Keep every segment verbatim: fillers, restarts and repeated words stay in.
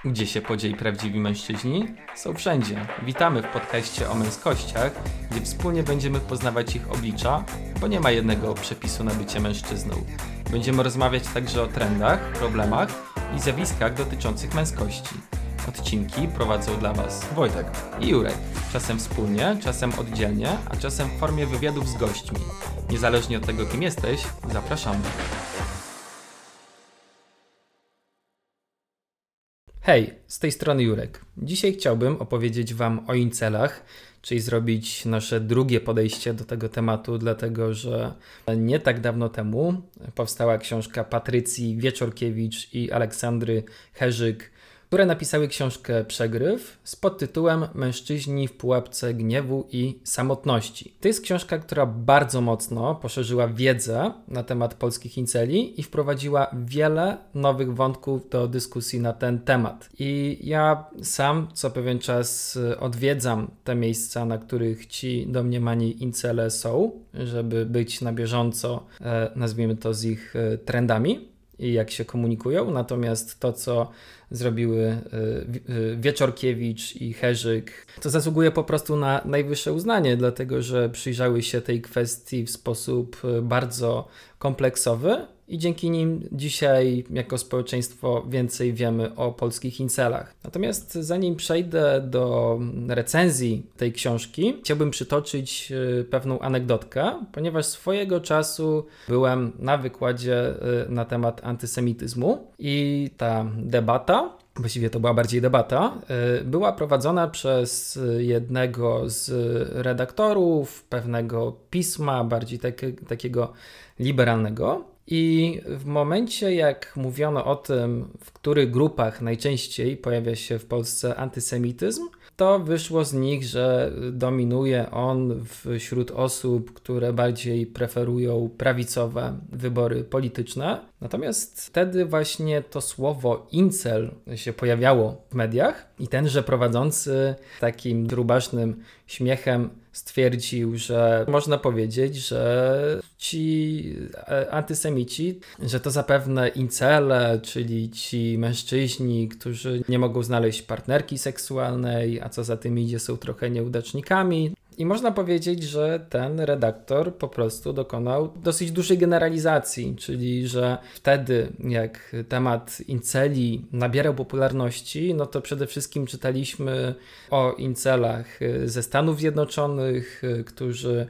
Gdzie się podzieli prawdziwi mężczyźni? Są wszędzie. Witamy w podcaście o męskościach, gdzie wspólnie będziemy poznawać ich oblicza, bo nie ma jednego przepisu na bycie mężczyzną. Będziemy rozmawiać także o trendach, problemach i zjawiskach dotyczących męskości. Odcinki prowadzą dla Was Wojtek i Jurek. Czasem wspólnie, czasem oddzielnie, a czasem w formie wywiadów z gośćmi. Niezależnie od tego, kim jesteś, zapraszamy. Hej, z tej strony Jurek. Dzisiaj chciałbym opowiedzieć Wam o incelach, czyli zrobić nasze drugie podejście do tego tematu, dlatego że nie tak dawno temu powstała książka Patrycji Wieczorkiewicz i Aleksandry Herzyk, które napisały książkę Przegryw z podtytułem Mężczyźni w pułapce gniewu i samotności. To jest książka, która bardzo mocno poszerzyła wiedzę na temat polskich inceli i wprowadziła wiele nowych wątków do dyskusji na ten temat. I ja sam co pewien czas odwiedzam te miejsca, na których ci domniemani incele są, żeby być na bieżąco, nazwijmy to, z ich trendami i jak się komunikują. Natomiast to, co zrobiły Wieczorkiewicz i Herzyk, to zasługuje po prostu na najwyższe uznanie, dlatego że przyjrzały się tej kwestii w sposób bardzo kompleksowy i dzięki nim dzisiaj jako społeczeństwo więcej wiemy o polskich incelach. Natomiast zanim przejdę do recenzji tej książki, chciałbym przytoczyć pewną anegdotkę, ponieważ swojego czasu byłem na wykładzie na temat antysemityzmu i ta debata, właściwie to była bardziej debata, była prowadzona przez jednego z redaktorów pewnego pisma, bardziej tak, takiego liberalnego. I w momencie, jak mówiono o tym, w których grupach najczęściej pojawia się w Polsce antysemityzm, to wyszło z nich, że dominuje on wśród osób, które bardziej preferują prawicowe wybory polityczne. Natomiast wtedy właśnie to słowo incel się pojawiało w mediach i tenże prowadzący takim grubasznym śmiechem stwierdził, że można powiedzieć, że ci antysemici, że to zapewne incele, czyli ci mężczyźni, którzy nie mogą znaleźć partnerki seksualnej, a co za tym idzie, są trochę nieudacznikami. I można powiedzieć, że ten redaktor po prostu dokonał dosyć dużej generalizacji, czyli że wtedy, jak temat inceli nabierał popularności, no to przede wszystkim czytaliśmy o incelach ze Stanów Zjednoczonych, którzy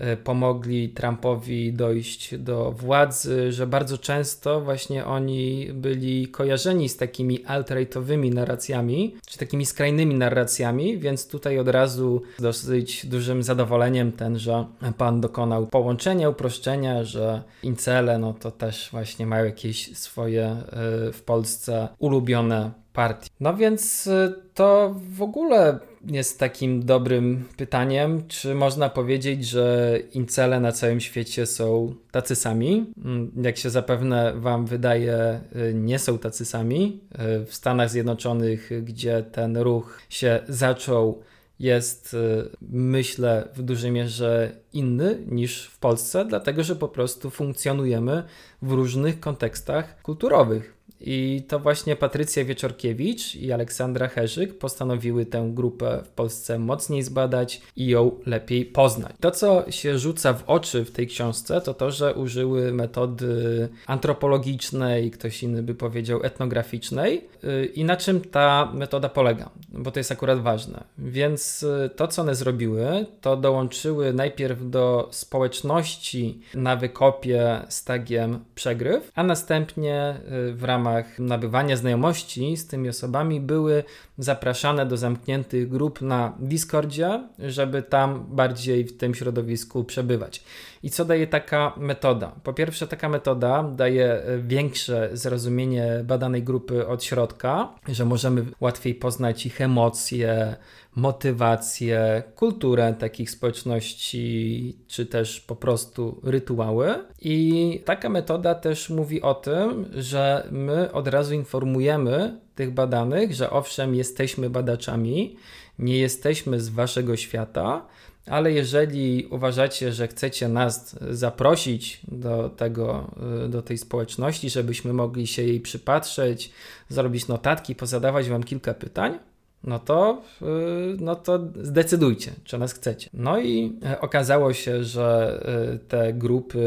pomogli Trumpowi dojść do władzy, że bardzo często właśnie oni byli kojarzeni z takimi alt-rightowymi narracjami, czy takimi skrajnymi narracjami, więc tutaj od razu z dosyć dużym zadowoleniem tenże pan dokonał połączenia, uproszczenia, że incele no to też właśnie mają jakieś swoje w Polsce ulubione partii. No więc to w ogóle jest takim dobrym pytaniem, czy można powiedzieć, że incele na całym świecie są tacy sami. Jak się zapewne Wam wydaje, nie są tacy sami. W Stanach Zjednoczonych, gdzie ten ruch się zaczął, jest, myślę, w dużej mierze inny niż w Polsce, dlatego że po prostu funkcjonujemy w różnych kontekstach kulturowych. I to właśnie Patrycja Wieczorkiewicz i Aleksandra Herzyk postanowiły tę grupę w Polsce mocniej zbadać i ją lepiej poznać. To, co się rzuca w oczy w tej książce, to to, że użyły metody antropologicznej, ktoś inny by powiedział etnograficznej. I na czym ta metoda polega? Bo to jest akurat ważne. Więc to, co one zrobiły, to dołączyły najpierw do społeczności na wykopie z tagiem Przegryw, a następnie w ramach nabywania znajomości z tymi osobami były zapraszane do zamkniętych grup na Discordzie, żeby tam bardziej w tym środowisku przebywać. I co daje taka metoda? Po pierwsze, taka metoda daje większe zrozumienie badanej grupy od środka, że możemy łatwiej poznać ich emocje, motywację, kulturę takich społeczności, czy też po prostu rytuały. I taka metoda też mówi o tym, że my od razu informujemy tych badanych, że owszem, jesteśmy badaczami, nie jesteśmy z waszego świata, ale jeżeli uważacie, że chcecie nas zaprosić do tego, do tej społeczności, żebyśmy mogli się jej przypatrzeć, zrobić notatki, pozadawać wam kilka pytań, no to, no to zdecydujcie, czy nas chcecie. No i okazało się, że te grupy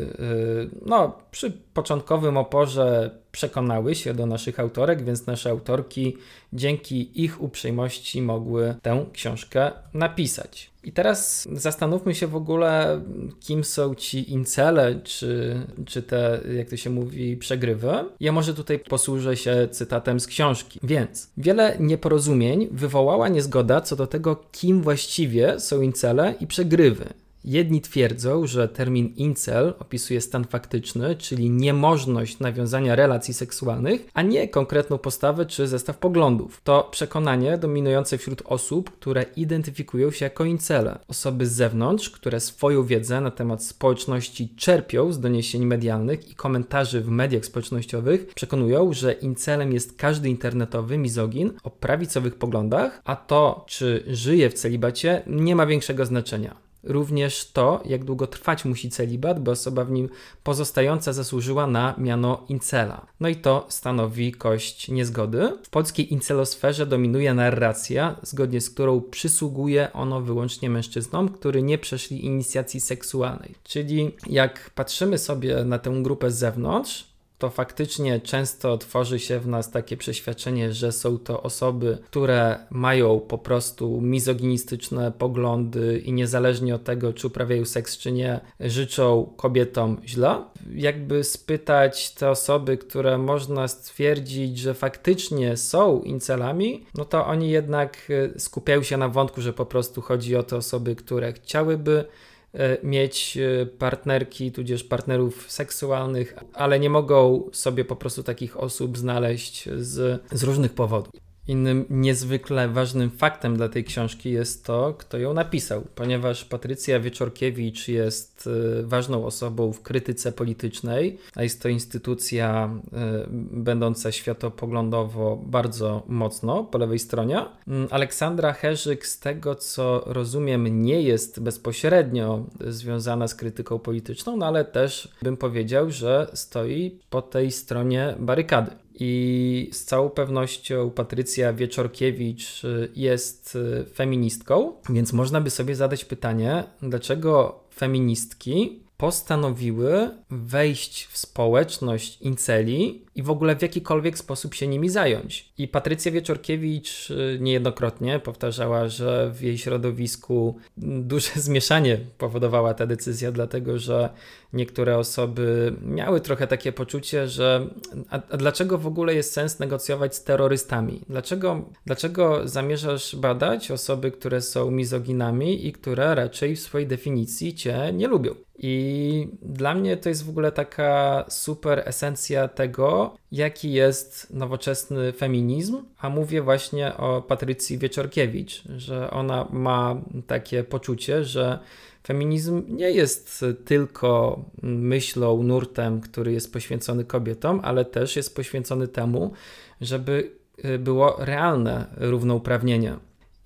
no, przy początkowym oporze przekonały się do naszych autorek, więc nasze autorki dzięki ich uprzejmości mogły tę książkę napisać. I teraz zastanówmy się w ogóle, kim są ci incele, czy, czy te, jak to się mówi, przegrywy. Ja może tutaj posłużę się cytatem z książki. Więc wiele nieporozumień wywołała niezgoda co do tego, kim właściwie są incele i przegrywy. Jedni twierdzą, że termin incel opisuje stan faktyczny, czyli niemożność nawiązania relacji seksualnych, a nie konkretną postawę czy zestaw poglądów. To przekonanie dominujące wśród osób, które identyfikują się jako incele. Osoby z zewnątrz, które swoją wiedzę na temat społeczności czerpią z doniesień medialnych i komentarzy w mediach społecznościowych, przekonują, że incelem jest każdy internetowy mizogin o prawicowych poglądach, a to, czy żyje w celibacie, nie ma większego znaczenia. Również to, jak długo trwać musi celibat, by osoba w nim pozostająca zasłużyła na miano incela. No i to stanowi kość niezgody. W polskiej incelosferze dominuje narracja, zgodnie z którą przysługuje ono wyłącznie mężczyznom, którzy nie przeszli inicjacji seksualnej. Czyli jak patrzymy sobie na tę grupę z zewnątrz, to faktycznie często tworzy się w nas takie przeświadczenie, że są to osoby, które mają po prostu mizoginistyczne poglądy i niezależnie od tego, czy uprawiają seks, czy nie, życzą kobietom źle. Jakby spytać te osoby, które można stwierdzić, że faktycznie są incelami, no to oni jednak skupiają się na wątku, że po prostu chodzi o te osoby, które chciałyby mieć partnerki, tudzież partnerów seksualnych, ale nie mogą sobie po prostu takich osób znaleźć z, z różnych powodów. Innym niezwykle ważnym faktem dla tej książki jest to, kto ją napisał, ponieważ Patrycja Wieczorkiewicz jest ważną osobą w krytyce politycznej, a jest to instytucja będąca światopoglądowo bardzo mocno po lewej stronie. Aleksandra Herzyk, z tego co rozumiem, nie jest bezpośrednio związana z krytyką polityczną, no ale też bym powiedział, że stoi po tej stronie barykady. I z całą pewnością Patrycja Wieczorkiewicz jest feministką, więc można by sobie zadać pytanie, dlaczego feministki postanowiły wejść w społeczność inceli i w ogóle w jakikolwiek sposób się nimi zająć. I Patrycja Wieczorkiewicz niejednokrotnie powtarzała, że w jej środowisku duże zmieszanie powodowała ta decyzja, dlatego że niektóre osoby miały trochę takie poczucie, że a, a dlaczego w ogóle jest sens negocjować z terrorystami? Dlaczego, dlaczego zamierzasz badać osoby, które są mizoginami i które raczej w swojej definicji cię nie lubią? I dla mnie to jest w ogóle taka super esencja tego, jaki jest nowoczesny feminizm, a mówię właśnie o Patrycji Wieczorkiewicz, że ona ma takie poczucie, że feminizm nie jest tylko myślą, nurtem, który jest poświęcony kobietom, ale też jest poświęcony temu, żeby było realne równouprawnienie.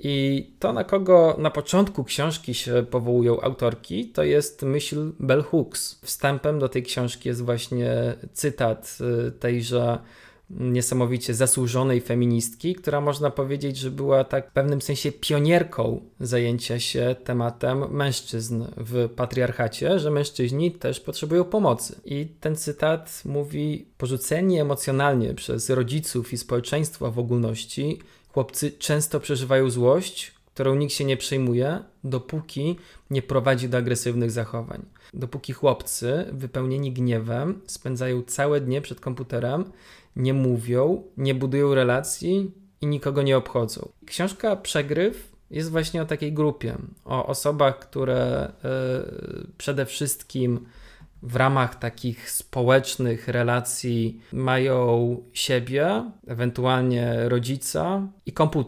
I to, na kogo na początku książki się powołują autorki, to jest myśl Bell Hooks. Wstępem do tej książki jest właśnie cytat tejże niesamowicie zasłużonej feministki, która można powiedzieć, że była tak w pewnym sensie pionierką zajęcia się tematem mężczyzn w patriarchacie, że mężczyźni też potrzebują pomocy. I ten cytat mówi: porzuceni emocjonalnie przez rodziców i społeczeństwo w ogólności, chłopcy często przeżywają złość, którą nikt się nie przejmuje, dopóki nie prowadzi do agresywnych zachowań. Dopóki chłopcy, wypełnieni gniewem, spędzają całe dnie przed komputerem, nie mówią, nie budują relacji i nikogo nie obchodzą. Książka Przegryw jest właśnie o takiej grupie, o osobach, które yy, przede wszystkim w ramach takich społecznych relacji mają siebie, ewentualnie rodzica i komputer.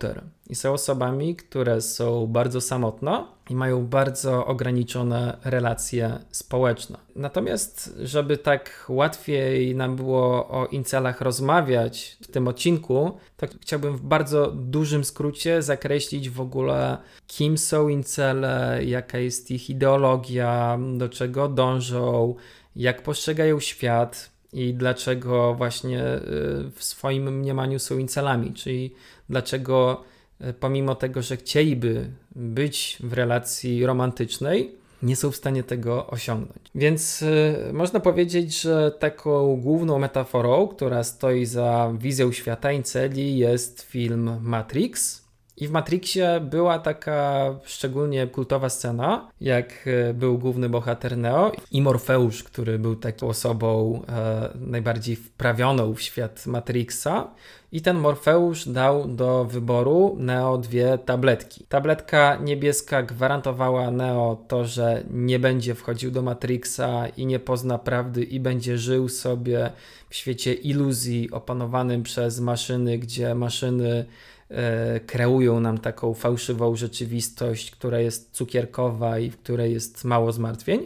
i są osobami, które są bardzo samotne i mają bardzo ograniczone relacje społeczne. Natomiast, żeby tak łatwiej nam było o incelach rozmawiać w tym odcinku, to chciałbym w bardzo dużym skrócie zakreślić w ogóle, kim są incele, jaka jest ich ideologia, do czego dążą, jak postrzegają świat i dlaczego właśnie w swoim mniemaniu są incelami, czyli dlaczego pomimo tego, że chcieliby być w relacji romantycznej, nie są w stanie tego osiągnąć. Więc y, można powiedzieć, że taką główną metaforą, która stoi za wizją świata inceli, jest film Matrix. I w Matrixie była taka szczególnie kultowa scena, jak był główny bohater Neo i Morfeusz, który był taką osobą e, najbardziej wprawioną w świat Matrixa. I ten Morfeusz dał do wyboru Neo dwie tabletki. Tabletka niebieska gwarantowała Neo to, że nie będzie wchodził do Matrixa i nie pozna prawdy i będzie żył sobie w świecie iluzji opanowanym przez maszyny, gdzie maszyny e, kreują nam taką fałszywą rzeczywistość, która jest cukierkowa i w której jest mało zmartwień.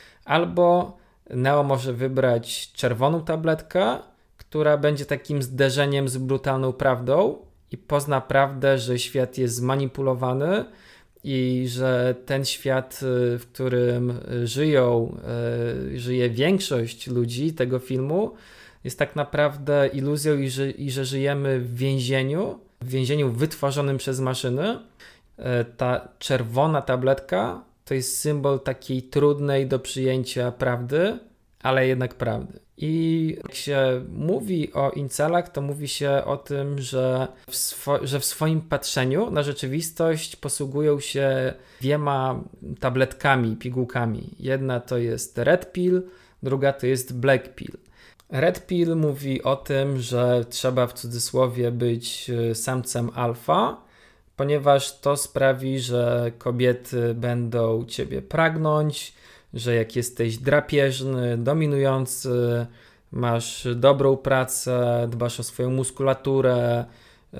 Albo Neo może wybrać czerwoną tabletkę, która będzie takim zderzeniem z brutalną prawdą i pozna prawdę, że świat jest zmanipulowany i że ten świat, w którym żyją, żyje większość ludzi tego filmu, jest tak naprawdę iluzją i że, i że żyjemy w więzieniu, w więzieniu wytworzonym przez maszyny. Ta czerwona tabletka to jest symbol takiej trudnej do przyjęcia prawdy, ale jednak prawdy. I jak się mówi o incelach, to mówi się o tym, że w, swo- że w swoim patrzeniu na rzeczywistość posługują się dwiema tabletkami, pigułkami. Jedna to jest red pill, druga to jest black pill. Red pill mówi o tym, że trzeba w cudzysłowie być samcem alfa, ponieważ to sprawi, że kobiety będą ciebie pragnąć, że jak jesteś drapieżny, dominujący, masz dobrą pracę, dbasz o swoją muskulaturę yy,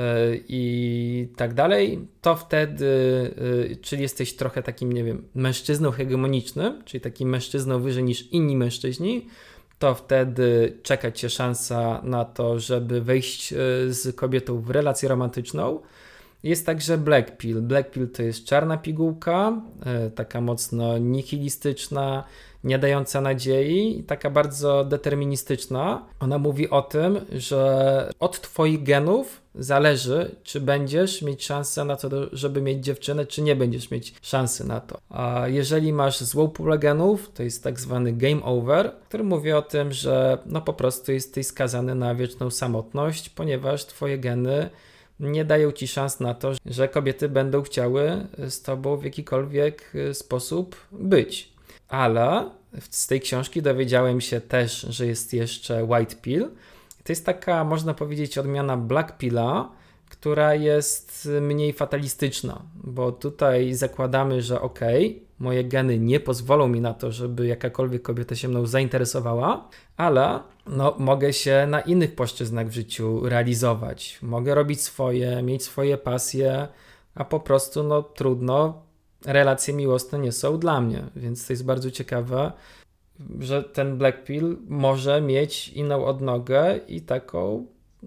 i tak dalej, to wtedy, yy, czyli jesteś trochę takim, nie wiem, mężczyzną hegemonicznym, czyli takim mężczyzną wyżej niż inni mężczyźni, to wtedy czeka cię szansa na to, żeby wejść yy, z kobietą w relację romantyczną. Jest także black pill. Black pill to jest czarna pigułka, taka mocno nihilistyczna, nie dająca nadziei i taka bardzo deterministyczna. Ona mówi o tym, że od twoich genów zależy, czy będziesz mieć szansę na to, żeby mieć dziewczynę, czy nie będziesz mieć szansy na to. A jeżeli masz złą pulę genów, to jest tak zwany game over, który mówi o tym, że no po prostu jesteś skazany na wieczną samotność, ponieważ twoje geny nie dają ci szans na to, że kobiety będą chciały z tobą w jakikolwiek sposób być. Ale z tej książki dowiedziałem się też, że jest jeszcze white pill. To jest taka, można powiedzieć, odmiana black pilla, która jest mniej fatalistyczna, bo tutaj zakładamy, że okej, okay, moje geny nie pozwolą mi na to, żeby jakakolwiek kobieta się mną zainteresowała, ale no, mogę się na innych płaszczyznach w życiu realizować. Mogę robić swoje, mieć swoje pasje, a po prostu no trudno, relacje miłosne nie są dla mnie, więc to jest bardzo ciekawe, że ten black pill może mieć inną odnogę i taką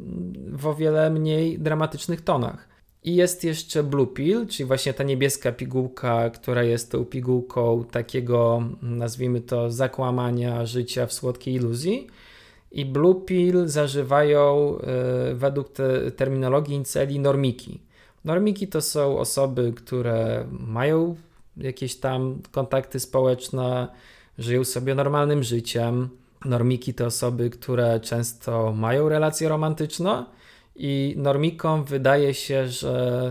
w o wiele mniej dramatycznych tonach. I jest jeszcze blue pill, czyli właśnie ta niebieska pigułka, która jest tą pigułką takiego, nazwijmy to, zakłamania życia w słodkiej iluzji. I blue pill zażywają y, według te, terminologii inceli normiki. Normiki to są osoby, które mają jakieś tam kontakty społeczne, żyją sobie normalnym życiem. Normiki to osoby, które często mają relacje romantyczne i normikom wydaje się, że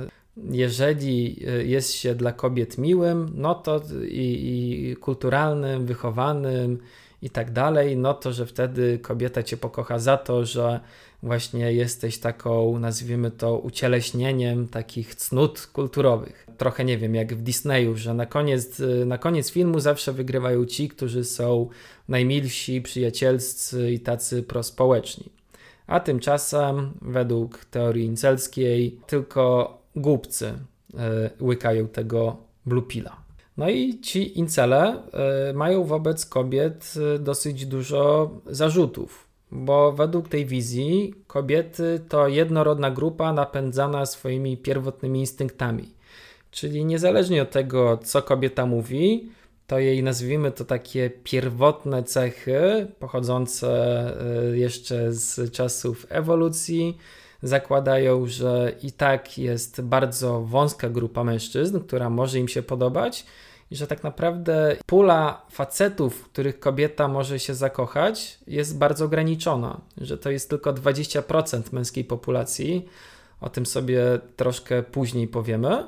jeżeli jest się dla kobiet miłym, no to i, i kulturalnym, wychowanym i tak dalej, no to, że wtedy kobieta cię pokocha za to, że właśnie jesteś taką, nazwijmy to, ucieleśnieniem takich cnót kulturowych. Trochę nie wiem, jak w Disneyu, że na koniec, na koniec filmu zawsze wygrywają ci, którzy są najmilsi, przyjacielscy i tacy prospołeczni. A tymczasem, według teorii incelskiej, tylko głupcy łykają tego blue pilla. No i ci incele mają wobec kobiet dosyć dużo zarzutów, bo według tej wizji kobiety to jednorodna grupa napędzana swoimi pierwotnymi instynktami. Czyli niezależnie od tego, co kobieta mówi, to jej, nazwijmy to, takie pierwotne cechy pochodzące jeszcze z czasów ewolucji zakładają, że i tak jest bardzo wąska grupa mężczyzn, która może im się podobać i że tak naprawdę pula facetów, w których kobieta może się zakochać, jest bardzo ograniczona, że to jest tylko dwadzieścia procent męskiej populacji, o tym sobie troszkę później powiemy.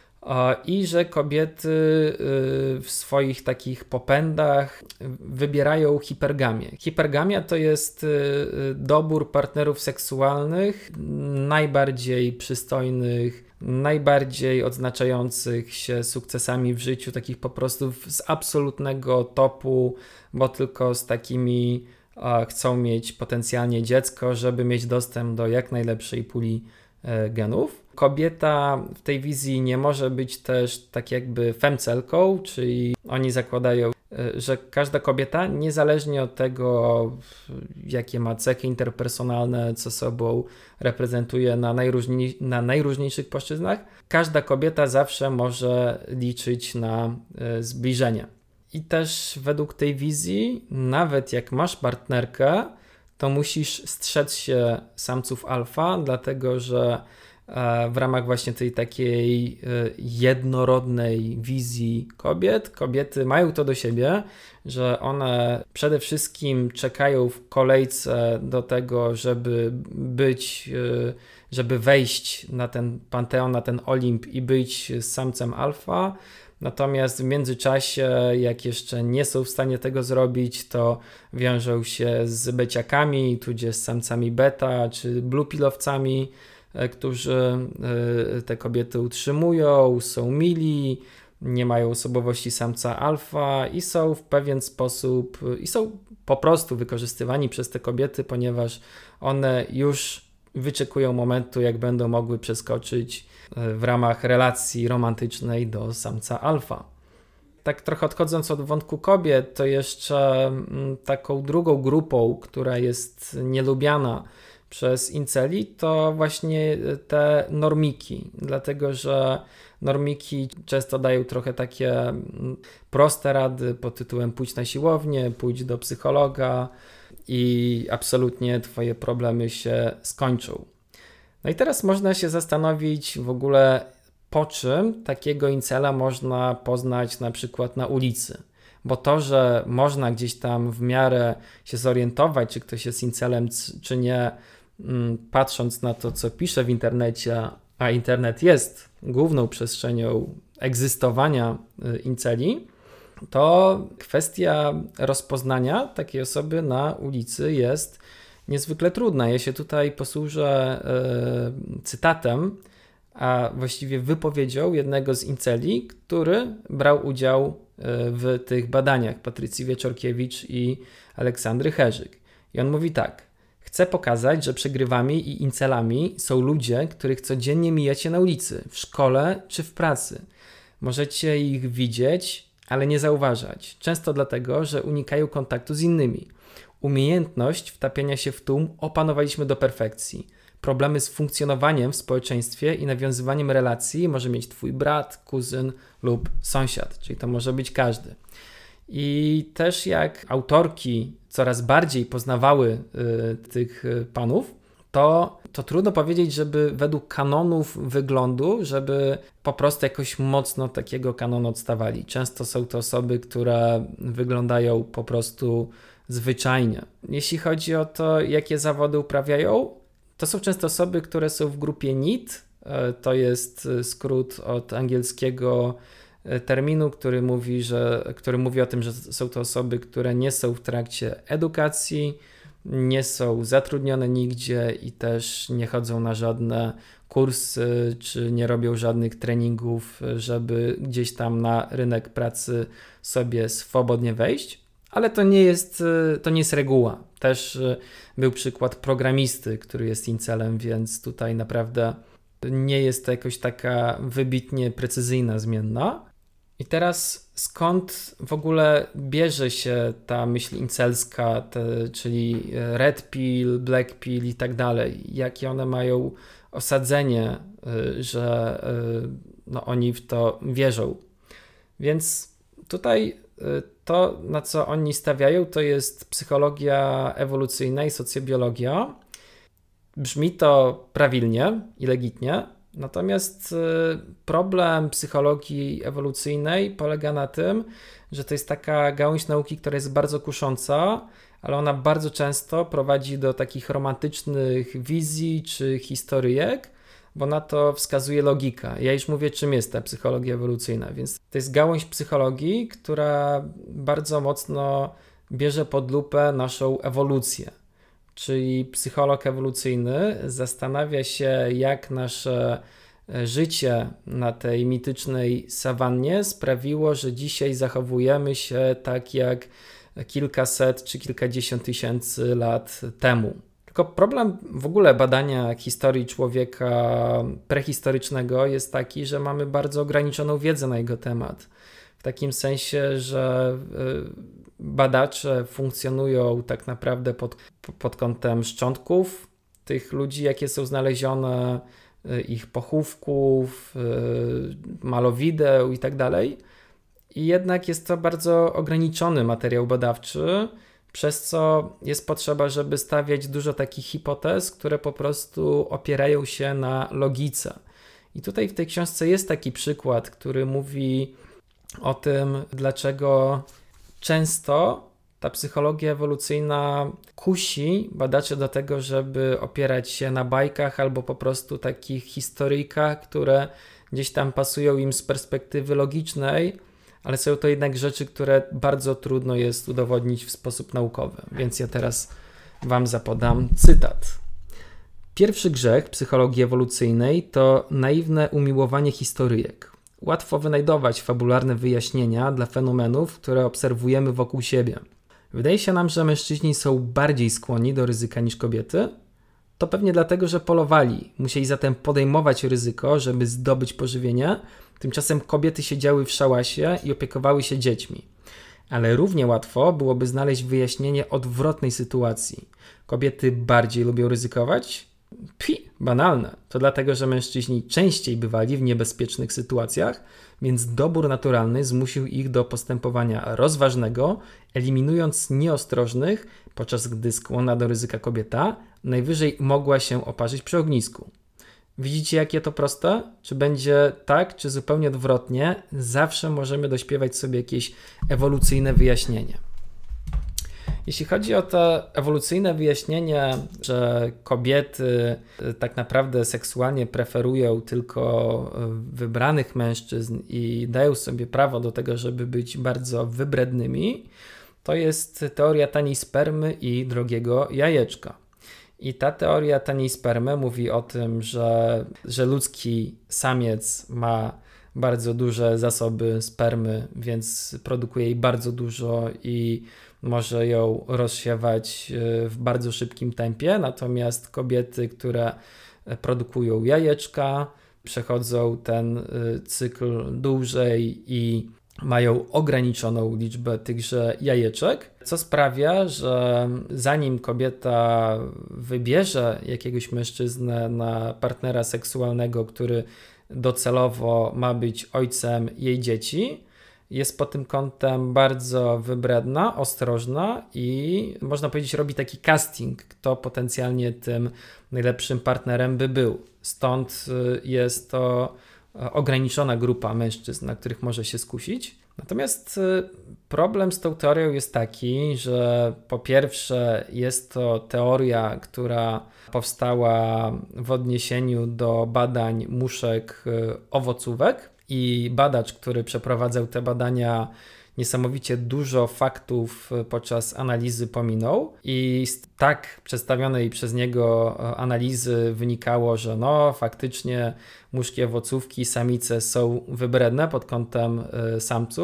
I że kobiety w swoich takich popędach wybierają hipergamię. Hipergamia to jest dobór partnerów seksualnych najbardziej przystojnych, najbardziej odznaczających się sukcesami w życiu, takich po prostu z absolutnego topu, bo tylko z takimi chcą mieć potencjalnie dziecko, żeby mieć dostęp do jak najlepszej puli genów. Kobieta w tej wizji nie może być też tak jakby femcelką, czyli oni zakładają, że każda kobieta, niezależnie od tego, jakie ma cechy interpersonalne, co sobą reprezentuje na, najróżni, na najróżniejszych płaszczyznach, każda kobieta zawsze może liczyć na zbliżenie. I też według tej wizji, nawet jak masz partnerkę, to musisz strzec się samców alfa, dlatego że w ramach właśnie tej takiej jednorodnej wizji kobiet, kobiety mają to do siebie, że one przede wszystkim czekają w kolejce do tego, żeby być, żeby wejść na ten panteon, na ten Olimp i być samcem alfa. Natomiast w międzyczasie, jak jeszcze nie są w stanie tego zrobić, to wiążą się z beciakami, tudzież samcami beta czy blue pillowcami, którzy te kobiety utrzymują, są mili, nie mają osobowości samca alfa i są w pewien sposób i są po prostu wykorzystywani przez te kobiety, ponieważ one już wyczekują momentu, jak będą mogły przeskoczyć w ramach relacji romantycznej do samca alfa. Tak trochę odchodząc od wątku kobiet, to jeszcze taką drugą grupą, która jest nielubiana przez inceli, to właśnie te normiki, dlatego że normiki często dają trochę takie proste rady pod tytułem pójdź na siłownię, pójdź do psychologa i absolutnie twoje problemy się skończą. No i teraz można się zastanowić w ogóle, po czym takiego incela można poznać na przykład na ulicy. Bo to, że można gdzieś tam w miarę się zorientować, czy ktoś jest incelem, czy nie, patrząc na to, co pisze w internecie, a internet jest główną przestrzenią egzystowania inceli, to kwestia rozpoznania takiej osoby na ulicy jest niezwykle trudna. Ja się tutaj posłużę y, cytatem, a właściwie wypowiedzią jednego z inceli, który brał udział w tych badaniach, Patrycji Wieczorkiewicz i Aleksandry Herzyk. I on mówi tak: chcę pokazać, że przegrywami i incelami są ludzie, których codziennie mijacie na ulicy, w szkole czy w pracy. Możecie ich widzieć, ale nie zauważać. Często dlatego, że unikają kontaktu z innymi. Umiejętność wtapiania się w tłum opanowaliśmy do perfekcji. Problemy z funkcjonowaniem w społeczeństwie i nawiązywaniem relacji może mieć twój brat, kuzyn lub sąsiad, czyli to może być każdy. I też jak autorki coraz bardziej poznawały y, tych y, panów, to, to trudno powiedzieć, żeby według kanonów wyglądu, żeby po prostu jakoś mocno takiego kanonu odstawali. Często są to osoby, które wyglądają po prostu zwyczajnie. Jeśli chodzi o to, jakie zawody uprawiają, to są często osoby, które są w grupie N I T, to jest skrót od angielskiego terminu, który mówi, że, który mówi o tym, że są to osoby, które nie są w trakcie edukacji, nie są zatrudnione nigdzie i też nie chodzą na żadne kursy, czy nie robią żadnych treningów, żeby gdzieś tam na rynek pracy sobie swobodnie wejść. Ale to nie jest, to nie jest reguła. Też był przykład programisty, który jest incelem, więc tutaj naprawdę nie jest to jakoś taka wybitnie precyzyjna zmienna. I teraz skąd w ogóle bierze się ta myśl incelska, te, czyli red pill, black pill i tak dalej? Jakie one mają osadzenie, że no, oni w to wierzą? Więc tutaj to, na co oni stawiają, to jest psychologia ewolucyjna i socjobiologia. Brzmi to prawilnie i legitnie, natomiast problem psychologii ewolucyjnej polega na tym, że to jest taka gałąź nauki, która jest bardzo kusząca, ale ona bardzo często prowadzi do takich romantycznych wizji czy historyjek, bo na to wskazuje logika. Ja już mówię, czym jest ta psychologia ewolucyjna, więc to jest gałąź psychologii, która bardzo mocno bierze pod lupę naszą ewolucję. Czyli psycholog ewolucyjny zastanawia się, jak nasze życie na tej mitycznej sawannie sprawiło, że dzisiaj zachowujemy się tak jak kilkaset czy kilkadziesiąt tysięcy lat temu. Tylko problem w ogóle badania historii człowieka prehistorycznego jest taki, że mamy bardzo ograniczoną wiedzę na jego temat. W takim sensie, że badacze funkcjonują tak naprawdę pod, pod kątem szczątków tych ludzi, jakie są znalezione, ich pochówków, malowideł i tak dalej. I jednak jest to bardzo ograniczony materiał badawczy, przez co jest potrzeba, żeby stawiać dużo takich hipotez, które po prostu opierają się na logice. I tutaj w tej książce jest taki przykład, który mówi o tym, dlaczego często ta psychologia ewolucyjna kusi badaczy do tego, żeby opierać się na bajkach albo po prostu takich historyjkach, które gdzieś tam pasują im z perspektywy logicznej, ale są to jednak rzeczy, które bardzo trudno jest udowodnić w sposób naukowy. Więc ja teraz wam zapodam cytat. Pierwszy grzech psychologii ewolucyjnej to naiwne umiłowanie historyjek. Łatwo wynajdować fabularne wyjaśnienia dla fenomenów, które obserwujemy wokół siebie. Wydaje się nam, że mężczyźni są bardziej skłonni do ryzyka niż kobiety. To pewnie dlatego, że polowali. Musieli zatem podejmować ryzyko, żeby zdobyć pożywienie. Tymczasem kobiety siedziały w szałasie i opiekowały się dziećmi. Ale równie łatwo byłoby znaleźć wyjaśnienie odwrotnej sytuacji. Kobiety bardziej lubią ryzykować? Pi, banalne. To dlatego, że mężczyźni częściej bywali w niebezpiecznych sytuacjach, więc dobór naturalny zmusił ich do postępowania rozważnego, eliminując nieostrożnych, podczas gdy skłonna do ryzyka kobieta najwyżej mogła się oparzyć przy ognisku. Widzicie, jakie to proste? Czy będzie tak, czy zupełnie odwrotnie? Zawsze możemy dośpiewać sobie jakieś ewolucyjne wyjaśnienie. Jeśli chodzi o to ewolucyjne wyjaśnienie, że kobiety tak naprawdę seksualnie preferują tylko wybranych mężczyzn i dają sobie prawo do tego, żeby być bardzo wybrednymi, to jest teoria taniej spermy i drogiego jajeczka. I ta teoria taniej spermy mówi o tym, że, że ludzki samiec ma bardzo duże zasoby spermy, więc produkuje jej bardzo dużo i może ją rozsiewać w bardzo szybkim tempie, natomiast kobiety, które produkują jajeczka, przechodzą ten cykl dłużej i mają ograniczoną liczbę tychże jajeczek, co sprawia, że zanim kobieta wybierze jakiegoś mężczyznę na partnera seksualnego, który docelowo ma być ojcem jej dzieci, jest pod tym kątem bardzo wybredna, ostrożna i można powiedzieć robi taki casting, kto potencjalnie tym najlepszym partnerem by był. Stąd jest to ograniczona grupa mężczyzn, na których może się skusić. Natomiast problem z tą teorią jest taki, że po pierwsze jest to teoria, która powstała w odniesieniu do badań muszek owocówek i badacz, który przeprowadzał te badania, niesamowicie dużo faktów podczas analizy pominął i z tak przedstawionej przez niego analizy wynikało, że no faktycznie muszki owocówki, samice są wybredne pod kątem samców,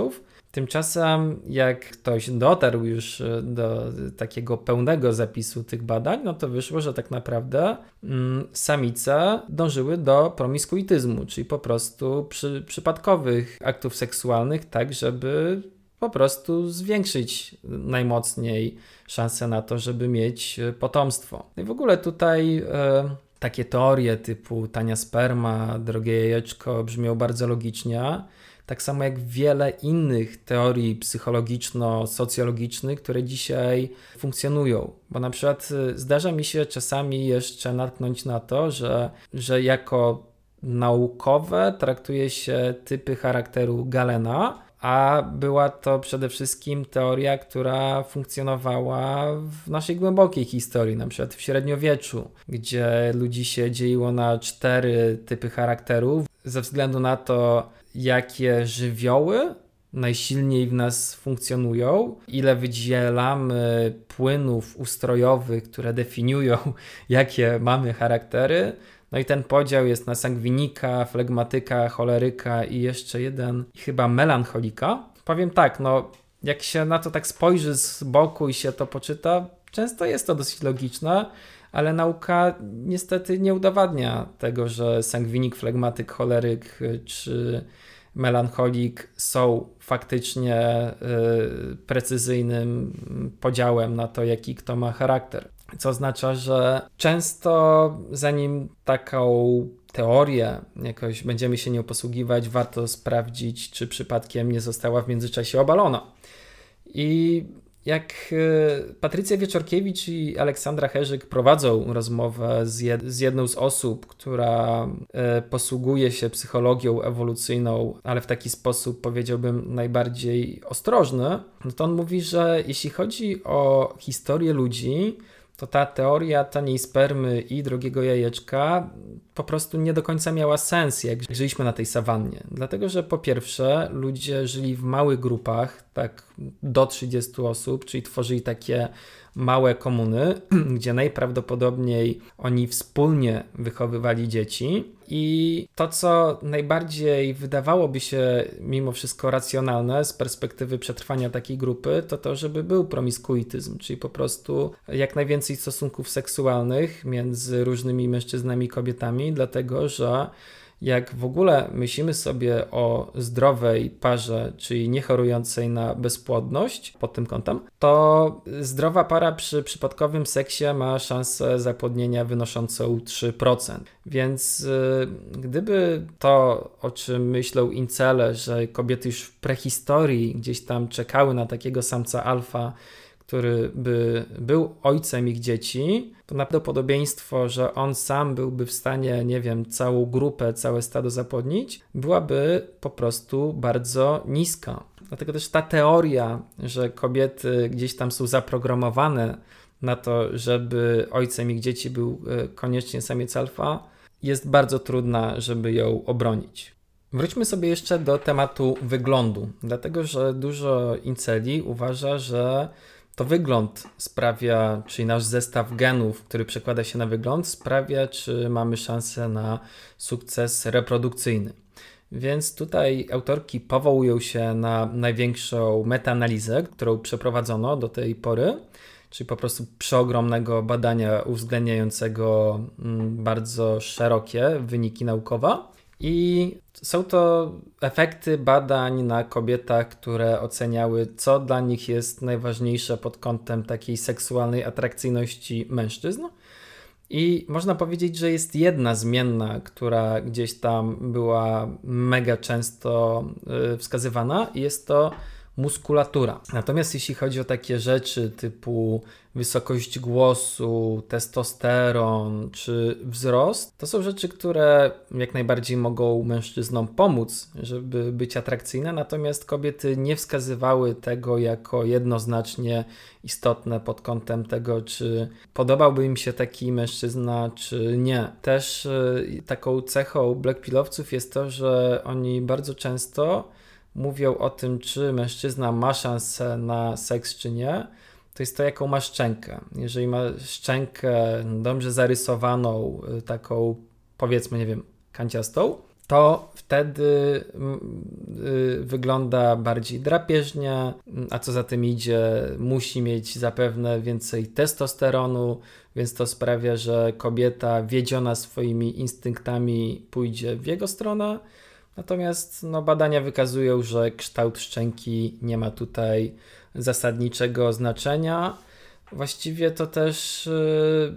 Tymczasem jak ktoś dotarł już do takiego pełnego zapisu tych badań, no to wyszło, że tak naprawdę mm, samice dążyły do promiskuityzmu, czyli po prostu przy, przypadkowych aktów seksualnych, tak żeby po prostu zwiększyć najmocniej szanse na to, żeby mieć potomstwo. No i w ogóle tutaj e, takie teorie typu tania sperma, drogie jajeczko brzmią bardzo logicznie, tak samo jak wiele innych teorii psychologiczno-socjologicznych, które dzisiaj funkcjonują. Bo na przykład zdarza mi się czasami jeszcze natknąć na to, że, że jako naukowe traktuje się typy charakteru Galena, a była to przede wszystkim teoria, która funkcjonowała w naszej głębokiej historii, na przykład w średniowieczu, gdzie ludzi się dzieliło na cztery typy charakterów ze względu na to, jakie żywioły najsilniej w nas funkcjonują, ile wydzielamy płynów ustrojowych, które definiują, jakie mamy charaktery. No i ten podział jest na sangwinika, flegmatyka, choleryka i jeszcze jeden, chyba melancholika. Powiem tak, no jak się na to tak spojrzy z boku i się to poczyta, często jest to dosyć logiczne, ale nauka niestety nie udowadnia tego, że sangwinik, flegmatyk, choleryk czy melancholik są faktycznie y, precyzyjnym podziałem na to, jaki kto ma charakter. Co oznacza, że często zanim taką teorię jakoś będziemy się nią posługiwać, warto sprawdzić, czy przypadkiem nie została w międzyczasie obalona. I jak Patrycja Wieczorkiewicz i Aleksandra Herzyk prowadzą rozmowę z, jed- z jedną z osób, która e, posługuje się psychologią ewolucyjną, ale w taki sposób, powiedziałbym, najbardziej ostrożny, no to on mówi, że jeśli chodzi o historię ludzi, to ta teoria taniej spermy i drogiego jajeczka po prostu nie do końca miała sens, jak żyliśmy na tej sawannie. Dlatego, że po pierwsze ludzie żyli w małych grupach, tak do trzydziestu osób, czyli tworzyli takie małe komuny, gdzie najprawdopodobniej oni wspólnie wychowywali dzieci i to, co najbardziej wydawałoby się mimo wszystko racjonalne z perspektywy przetrwania takiej grupy, to to, żeby był promiskuityzm, czyli po prostu jak najwięcej stosunków seksualnych między różnymi mężczyznami i kobietami, dlatego że jak w ogóle myślimy sobie o zdrowej parze, czyli niechorującej na bezpłodność pod tym kątem, to zdrowa para przy przypadkowym seksie ma szansę zapłodnienia wynoszącą trzy procent. Więc yy, gdyby to, o czym myślą incele, że kobiety już w prehistorii gdzieś tam czekały na takiego samca alfa, który by był ojcem ich dzieci, to prawdopodobieństwo, że on sam byłby w stanie, nie wiem, całą grupę, całe stado zapłodnić, byłaby po prostu bardzo niska. Dlatego też ta teoria, że kobiety gdzieś tam są zaprogramowane na to, żeby ojcem ich dzieci był koniecznie samiec alfa, jest bardzo trudna, żeby ją obronić. Wróćmy sobie jeszcze do tematu wyglądu, dlatego że dużo inceli uważa, że to wygląd sprawia, czyli nasz zestaw genów, który przekłada się na wygląd, sprawia, czy mamy szansę na sukces reprodukcyjny. Więc tutaj autorki powołują się na największą metaanalizę, którą przeprowadzono do tej pory, czyli po prostu przeogromnego badania uwzględniającego bardzo szerokie wyniki naukowe. I są to efekty badań na kobietach, które oceniały, co dla nich jest najważniejsze pod kątem takiej seksualnej atrakcyjności mężczyzn. I można powiedzieć, że jest jedna zmienna, która gdzieś tam była mega często wskazywana i jest to muskulatura. Natomiast jeśli chodzi o takie rzeczy typu wysokość głosu, testosteron czy wzrost, to są rzeczy, które jak najbardziej mogą mężczyznom pomóc, żeby być atrakcyjne, natomiast kobiety nie wskazywały tego jako jednoznacznie istotne pod kątem tego, czy podobałby im się taki mężczyzna, czy nie. Też y, taką cechą blackpillowców jest to, że oni bardzo często mówią o tym, czy mężczyzna ma szansę na seks, czy nie, to jest to, jaką ma szczękę. Jeżeli ma szczękę dobrze zarysowaną, taką powiedzmy, nie wiem, kanciastą, to wtedy y, wygląda bardziej drapieżnie, a co za tym idzie, musi mieć zapewne więcej testosteronu, więc to sprawia, że kobieta wiedziona swoimi instynktami pójdzie w jego stronę. Natomiast no, badania wykazują, że kształt szczęki nie ma tutaj zasadniczego znaczenia. Właściwie to też y,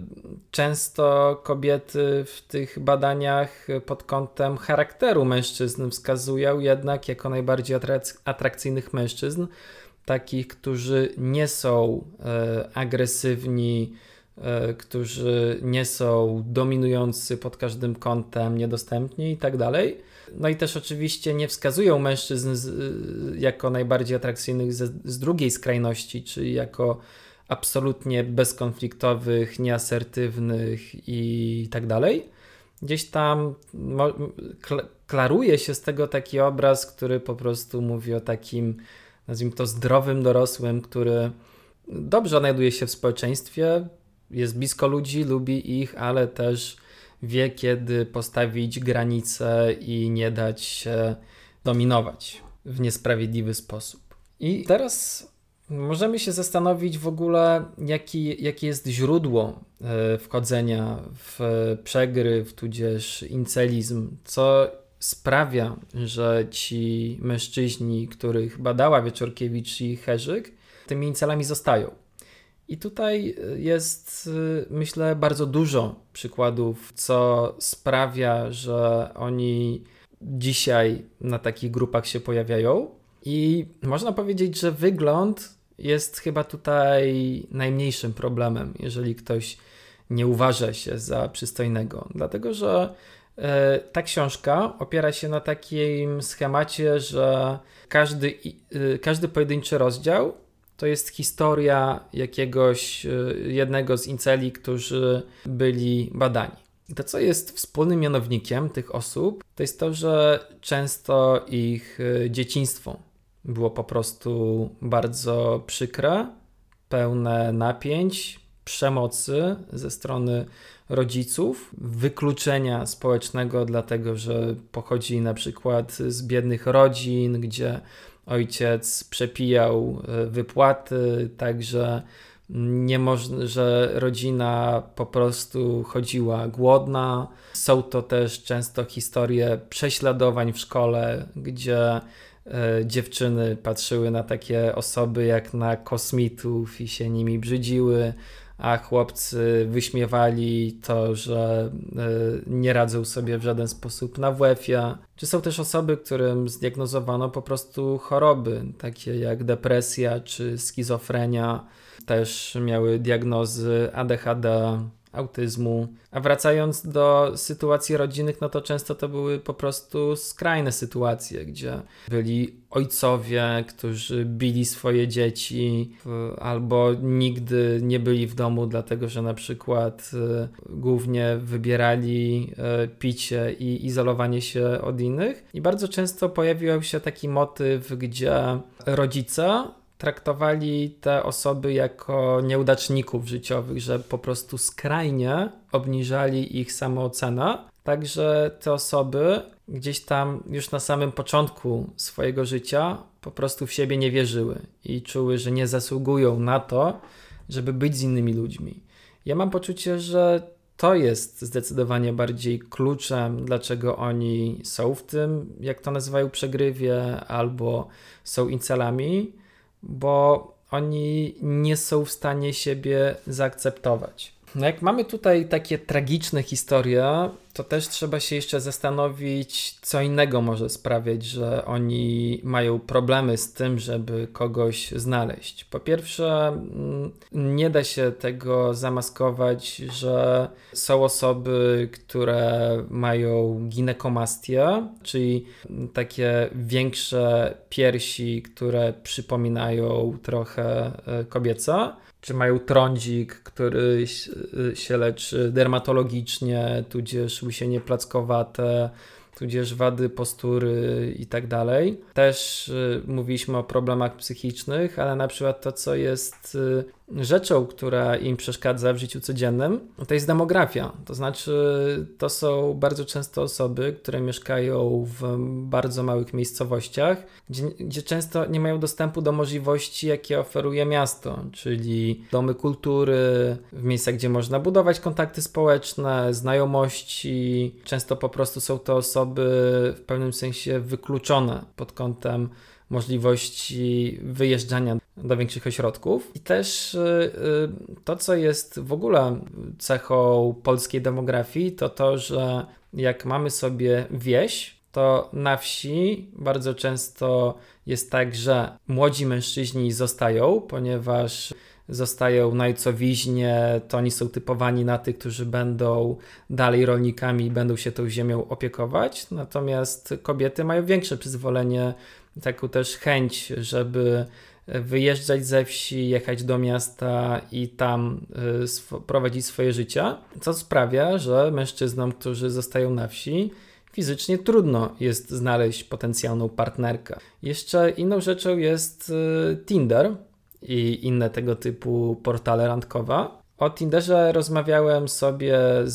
często kobiety w tych badaniach pod kątem charakteru mężczyzn wskazują jednak jako najbardziej atrak- atrakcyjnych mężczyzn, takich, którzy nie są y, agresywni, y, którzy nie są dominujący pod każdym kątem, niedostępni i tak dalej. No i też oczywiście nie wskazują mężczyzn z, y, jako najbardziej atrakcyjnych z, z drugiej skrajności, czyli jako absolutnie bezkonfliktowych, nieasertywnych i tak dalej. Gdzieś tam mo- kl- klaruje się z tego taki obraz, który po prostu mówi o takim, nazwijmy to, zdrowym dorosłym, który dobrze znajduje się w społeczeństwie, jest blisko ludzi, lubi ich, ale też wie, kiedy postawić granice i nie dać się dominować w niesprawiedliwy sposób. I teraz możemy się zastanowić w ogóle, jaki, jakie jest źródło wchodzenia w przegryw, tudzież incelizm, co sprawia, że ci mężczyźni, których badała Wieczorkiewicz i Herzyk, tymi incelami zostają. I tutaj jest, myślę, bardzo dużo przykładów, co sprawia, że oni dzisiaj na takich grupach się pojawiają. I można powiedzieć, że wygląd jest chyba tutaj najmniejszym problemem, jeżeli ktoś nie uważa się za przystojnego. Dlatego, że e, ta książka opiera się na takim schemacie, że każdy, e, każdy pojedynczy rozdział to jest historia jakiegoś jednego z inceli, którzy byli badani. I to, co jest wspólnym mianownikiem tych osób, to jest to, że często ich dzieciństwo było po prostu bardzo przykre, pełne napięć, przemocy ze strony rodziców, wykluczenia społecznego, dlatego że pochodzi na przykład z biednych rodzin, gdzie ojciec przepijał wypłaty, także nie moż- że rodzina po prostu chodziła głodna. Są to też często historie prześladowań w szkole, gdzie e, dziewczyny patrzyły na takie osoby jak na kosmitów i się nimi brzydziły, a chłopcy wyśmiewali to, że y, nie radzą sobie w żaden sposób na W F-ie. Czy są też osoby, którym zdiagnozowano po prostu choroby, takie jak depresja czy schizofrenia, też miały diagnozy A D H D, autyzmu. A wracając do sytuacji rodzinnych, no to często to były po prostu skrajne sytuacje, gdzie byli ojcowie, którzy bili swoje dzieci albo nigdy nie byli w domu, dlatego że na przykład y, głównie wybierali y, picie i izolowanie się od innych. I bardzo często pojawił się taki motyw, gdzie rodzice traktowali te osoby jako nieudaczników życiowych, że po prostu skrajnie obniżali ich samoocenę. Także te osoby gdzieś tam już na samym początku swojego życia po prostu w siebie nie wierzyły i czuły, że nie zasługują na to, żeby być z innymi ludźmi. Ja mam poczucie, że to jest zdecydowanie bardziej kluczem, dlaczego oni są w tym, jak to nazywają, przegrywie albo są incelami, bo oni nie są w stanie siebie zaakceptować. No jak mamy tutaj takie tragiczne historie, to też trzeba się jeszcze zastanowić, co innego może sprawiać, że oni mają problemy z tym, żeby kogoś znaleźć. Po pierwsze, nie da się tego zamaskować, że są osoby, które mają ginekomastię, czyli takie większe piersi, które przypominają trochę kobiece, czy mają trądzik, który się leczy dermatologicznie, tudzież łysienie plackowate, tudzież wady postury i tak dalej. Też y, mówiliśmy o problemach psychicznych, ale na przykład to, co jest y, rzeczą, która im przeszkadza w życiu codziennym, to jest demografia. To znaczy, to są bardzo często osoby, które mieszkają w bardzo małych miejscowościach, gdzie, gdzie często nie mają dostępu do możliwości, jakie oferuje miasto, czyli domy kultury, w miejscach, gdzie można budować kontakty społeczne, znajomości. Często po prostu są to osoby w pewnym sensie wykluczone pod kątem możliwości wyjeżdżania do większych ośrodków. I też to, co jest w ogóle cechą polskiej demografii, to to, że jak mamy sobie wieś, to na wsi bardzo często jest tak, że młodzi mężczyźni zostają, ponieważ zostają na ojcowiźnie, to oni są typowani na tych, którzy będą dalej rolnikami i będą się tą ziemią opiekować, natomiast kobiety mają większe przyzwolenie, taką też chęć, żeby wyjeżdżać ze wsi, jechać do miasta i tam y, sw- prowadzić swoje życie, co sprawia, że mężczyznom, którzy zostają na wsi, fizycznie trudno jest znaleźć potencjalną partnerkę. Jeszcze inną rzeczą jest y, Tinder i inne tego typu portale randkowe. O Tinderze rozmawiałem sobie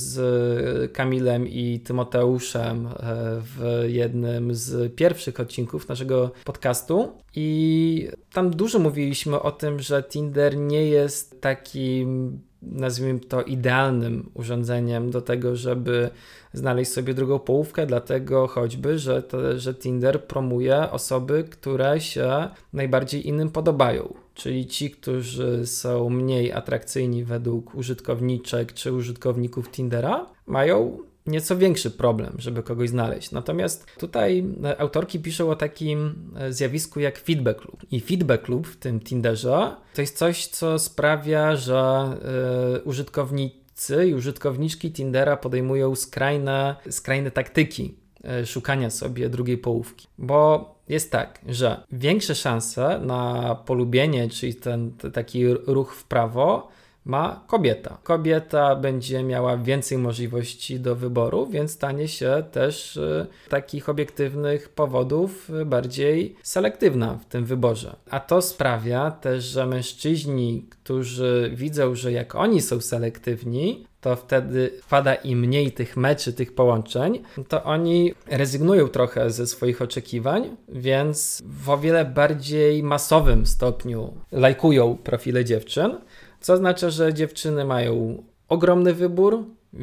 z Kamilem i Tymoteuszem w jednym z pierwszych odcinków naszego podcastu i tam dużo mówiliśmy o tym, że Tinder nie jest takim, nazwijmy to, idealnym urządzeniem do tego, żeby znaleźć sobie drugą połówkę, dlatego choćby, że, to, że Tinder promuje osoby, które się najbardziej innym podobają. Czyli ci, którzy są mniej atrakcyjni według użytkowniczek czy użytkowników Tindera, mają nieco większy problem, żeby kogoś znaleźć. Natomiast tutaj autorki piszą o takim zjawisku jak feedback loop. I feedback loop w tym Tinderze to jest coś, co sprawia, że yy, użytkownicy i użytkowniczki Tindera podejmują skrajne, skrajne taktyki yy, szukania sobie drugiej połówki. Bo jest tak, że większe szanse na polubienie, czyli ten, ten taki ruch w prawo, ma kobieta. Kobieta będzie miała więcej możliwości do wyboru, więc stanie się też z takich obiektywnych powodów bardziej selektywna w tym wyborze. A to sprawia też, że mężczyźni, którzy widzą, że jak oni są selektywni, to wtedy wpada im mniej tych meczy, tych połączeń, to oni rezygnują trochę ze swoich oczekiwań, więc w o wiele bardziej masowym stopniu lajkują profile dziewczyn, co oznacza, że dziewczyny mają ogromny wybór,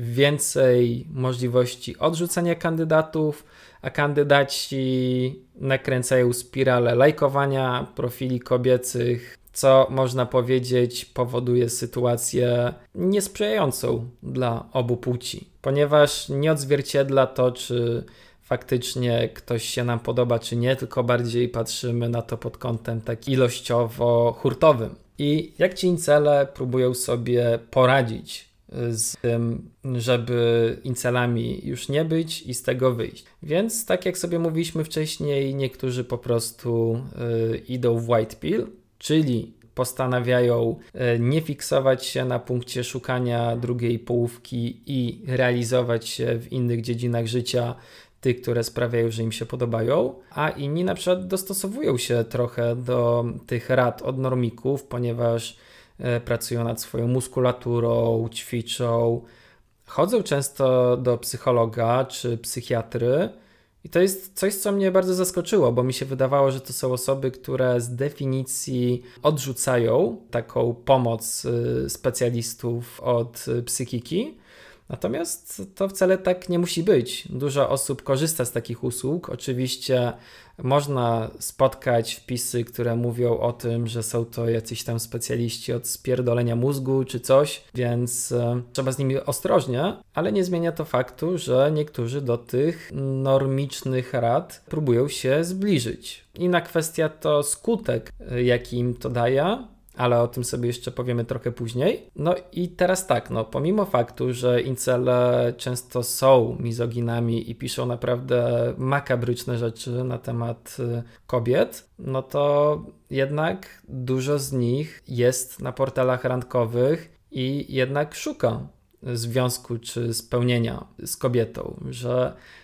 więcej możliwości odrzucania kandydatów, a kandydaci nakręcają spiralę lajkowania profili kobiecych, co można powiedzieć powoduje sytuację niesprzyjającą dla obu płci, ponieważ nie odzwierciedla to, czy faktycznie ktoś się nam podoba, czy nie, tylko bardziej patrzymy na to pod kątem tak ilościowo-hurtowym. I jak ci incele próbują sobie poradzić z tym, żeby incelami już nie być i z tego wyjść. Więc tak jak sobie mówiliśmy wcześniej, niektórzy po prostu y, idą w white pill, czyli postanawiają y, nie fiksować się na punkcie szukania drugiej połówki i realizować się w innych dziedzinach życia, tych, które sprawiają, że im się podobają, a inni na przykład dostosowują się trochę do tych rad od normików, ponieważ e, pracują nad swoją muskulaturą, ćwiczą, chodzą często do psychologa czy psychiatry i to jest coś, co mnie bardzo zaskoczyło, bo mi się wydawało, że to są osoby, które z definicji odrzucają taką pomoc y, specjalistów od y, psychiki. Natomiast to wcale tak nie musi być. Dużo osób korzysta z takich usług. Oczywiście można spotkać wpisy, które mówią o tym, że są to jacyś tam specjaliści od spierdolenia mózgu czy coś, więc e, trzeba z nimi ostrożnie, ale nie zmienia to faktu, że niektórzy do tych normicznych rad próbują się zbliżyć. Inna kwestia to skutek, jaki im to daje, ale o tym sobie jeszcze powiemy trochę później. No i teraz tak, no pomimo faktu, że incele często są mizoginami i piszą naprawdę makabryczne rzeczy na temat kobiet, no to jednak dużo z nich jest na portalach randkowych i jednak szuka związku czy spełnienia z kobietą, że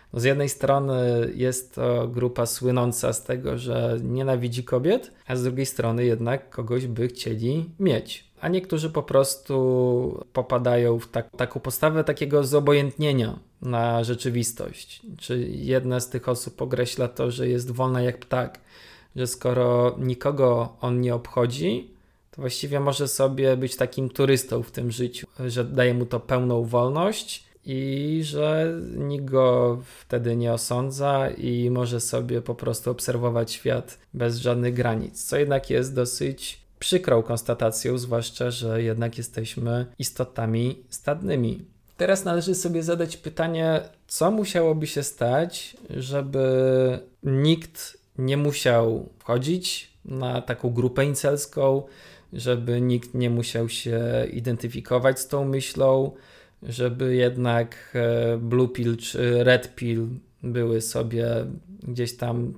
No z jednej strony jest to grupa słynąca z tego, że nienawidzi kobiet, a z drugiej strony jednak kogoś by chcieli mieć. A niektórzy po prostu popadają w tak, taką postawę takiego zobojętnienia na rzeczywistość. Czy jedna z tych osób określa to, że jest wolna jak ptak, że skoro nikogo on nie obchodzi, to właściwie może sobie być takim turystą w tym życiu, że daje mu to pełną wolność i że nikt go wtedy nie osądza i może sobie po prostu obserwować świat bez żadnych granic, co jednak jest dosyć przykrą konstatacją, zwłaszcza, że jednak jesteśmy istotami stadnymi. Teraz należy sobie zadać pytanie, co musiałoby się stać, żeby nikt nie musiał wchodzić na taką grupę incelską, żeby nikt nie musiał się identyfikować z tą myślą, żeby jednak blue pill czy red pill były sobie gdzieś tam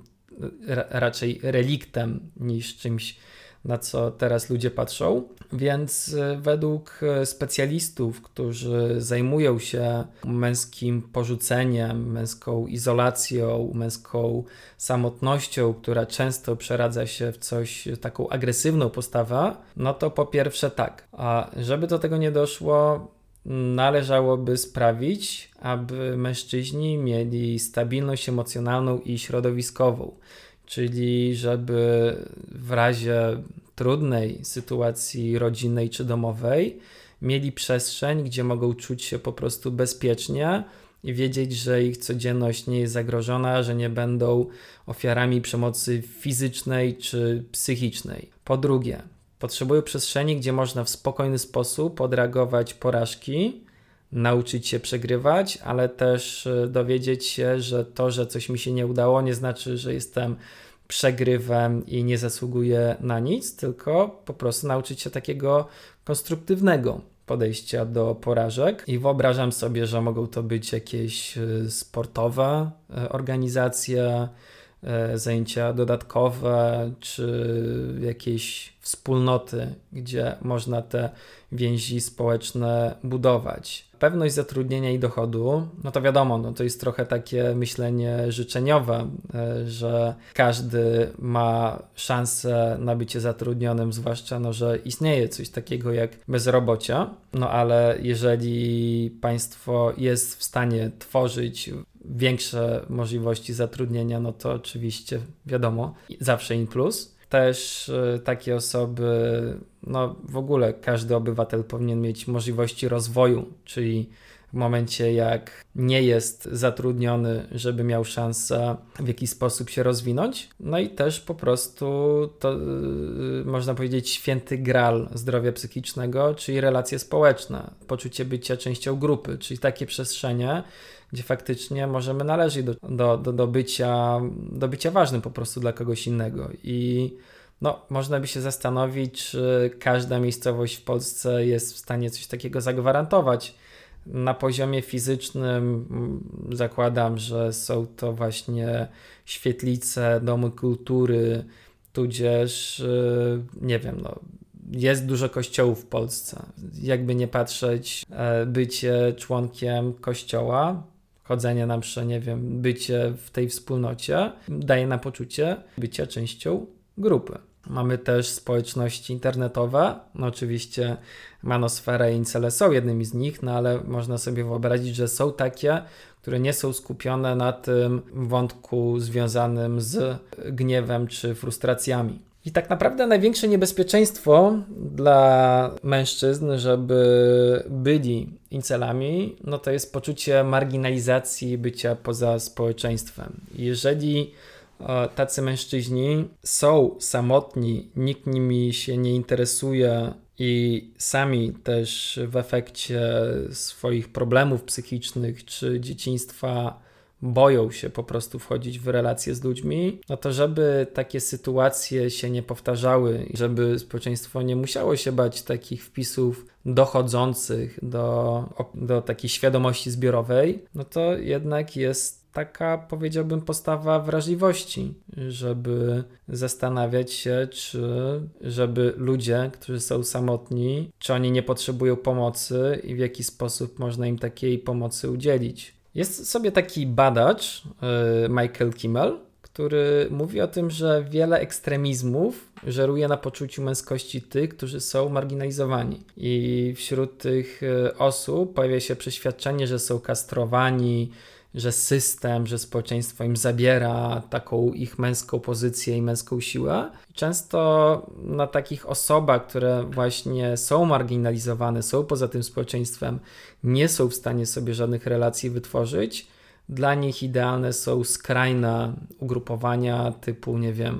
raczej reliktem niż czymś, na co teraz ludzie patrzą. Więc według specjalistów, którzy zajmują się męskim porzuceniem, męską izolacją, męską samotnością, która często przeradza się w coś, taką agresywną postawę, no to po pierwsze tak, a żeby do tego nie doszło, należałoby sprawić, aby mężczyźni mieli stabilność emocjonalną i środowiskową. Czyli żeby w razie trudnej sytuacji rodzinnej czy domowej mieli przestrzeń, gdzie mogą czuć się po prostu bezpiecznie i wiedzieć, że ich codzienność nie jest zagrożona, że nie będą ofiarami przemocy fizycznej czy psychicznej. Po drugie, potrzebują przestrzeni, gdzie można w spokojny sposób odreagować porażki, nauczyć się przegrywać, ale też dowiedzieć się, że to, że coś mi się nie udało, nie znaczy, że jestem przegrywem i nie zasługuję na nic, tylko po prostu nauczyć się takiego konstruktywnego podejścia do porażek i wyobrażam sobie, że mogą to być jakieś sportowe organizacje, zajęcia dodatkowe, czy jakieś wspólnoty, gdzie można te więzi społeczne budować. Pewność zatrudnienia i dochodu, no to wiadomo, no to jest trochę takie myślenie życzeniowe, że każdy ma szansę na bycie zatrudnionym, zwłaszcza, no, że istnieje coś takiego jak bezrobocie, no ale jeżeli państwo jest w stanie tworzyć większe możliwości zatrudnienia, no to oczywiście wiadomo, zawsze in plus. Też takie osoby, no w ogóle każdy obywatel powinien mieć możliwości rozwoju, czyli w momencie jak nie jest zatrudniony, żeby miał szansę w jakiś sposób się rozwinąć. No i też po prostu to yy, można powiedzieć święty gral zdrowia psychicznego, czyli relacje społeczne, poczucie bycia częścią grupy, czyli takie przestrzenie, gdzie faktycznie możemy należeć do, do, do, do, bycia, do bycia ważnym po prostu dla kogoś innego. I no, można by się zastanowić, czy każda miejscowość w Polsce jest w stanie coś takiego zagwarantować. Na poziomie fizycznym zakładam, że są to właśnie świetlice, domy kultury, tudzież, nie wiem, no, jest dużo kościołów w Polsce. Jakby nie patrzeć, bycie członkiem kościoła, chodzenie na msze, nie wiem, bycie w tej wspólnocie daje nam poczucie bycia częścią grupy. Mamy też społeczności internetowe, no oczywiście Manosfera i Incele są jednymi z nich, no ale można sobie wyobrazić, że są takie, które nie są skupione na tym wątku związanym z gniewem czy frustracjami. I tak naprawdę największe niebezpieczeństwo dla mężczyzn, żeby byli incelami, no to jest poczucie marginalizacji bycia poza społeczeństwem. Jeżeli tacy mężczyźni są samotni, nikt nimi się nie interesuje i sami też w efekcie swoich problemów psychicznych czy dzieciństwa boją się po prostu wchodzić w relacje z ludźmi, no to żeby takie sytuacje się nie powtarzały, żeby społeczeństwo nie musiało się bać takich wpisów dochodzących do, do takiej świadomości zbiorowej, no to jednak jest taka, powiedziałbym, postawa wrażliwości, żeby zastanawiać się, czy żeby ludzie, którzy są samotni, czy oni nie potrzebują pomocy i w jaki sposób można im takiej pomocy udzielić. Jest sobie taki badacz, Michael Kimmel, który mówi o tym, że wiele ekstremizmów żeruje na poczuciu męskości tych, którzy są marginalizowani. I wśród tych osób pojawia się przeświadczenie, że są kastrowani, że system, że społeczeństwo im zabiera taką ich męską pozycję i męską siłę. Często na takich osobach, które właśnie są marginalizowane, są poza tym społeczeństwem, nie są w stanie sobie żadnych relacji wytworzyć. Dla nich idealne są skrajne ugrupowania typu, nie wiem,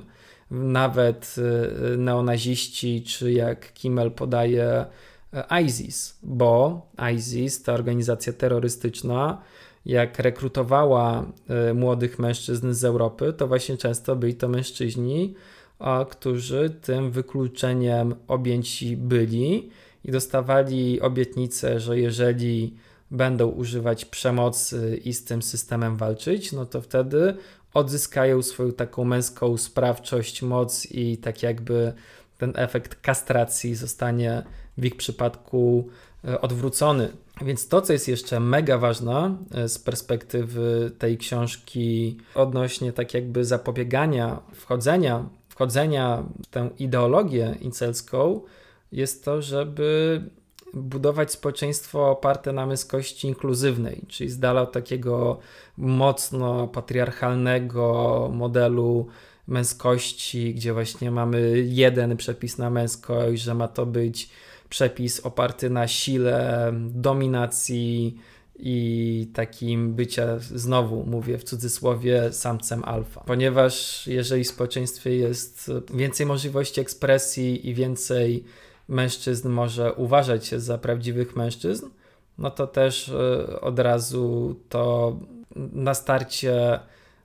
nawet neonaziści, czy jak Kimmel podaje, ISIS, bo ISIS, ta organizacja terrorystyczna, jak rekrutowała młodych mężczyzn z Europy, to właśnie często byli to mężczyźni, którzy tym wykluczeniem objęci byli i dostawali obietnicę, że jeżeli będą używać przemocy i z tym systemem walczyć, no to wtedy odzyskają swoją taką męską sprawczość, moc i tak jakby ten efekt kastracji zostanie w ich przypadku odwrócony. Więc to, co jest jeszcze mega ważne z perspektywy tej książki odnośnie tak jakby zapobiegania, wchodzenia, wchodzenia w tę ideologię incelską, jest to, żeby budować społeczeństwo oparte na męskości inkluzywnej, czyli z dala od takiego mocno patriarchalnego modelu męskości, gdzie właśnie mamy jeden przepis na męskość, że ma to być przepis oparty na sile, dominacji i takim bycia, znowu mówię w cudzysłowie, samcem alfa. Ponieważ jeżeli w społeczeństwie jest więcej możliwości ekspresji i więcej mężczyzn może uważać się za prawdziwych mężczyzn, no to też od razu to na starcie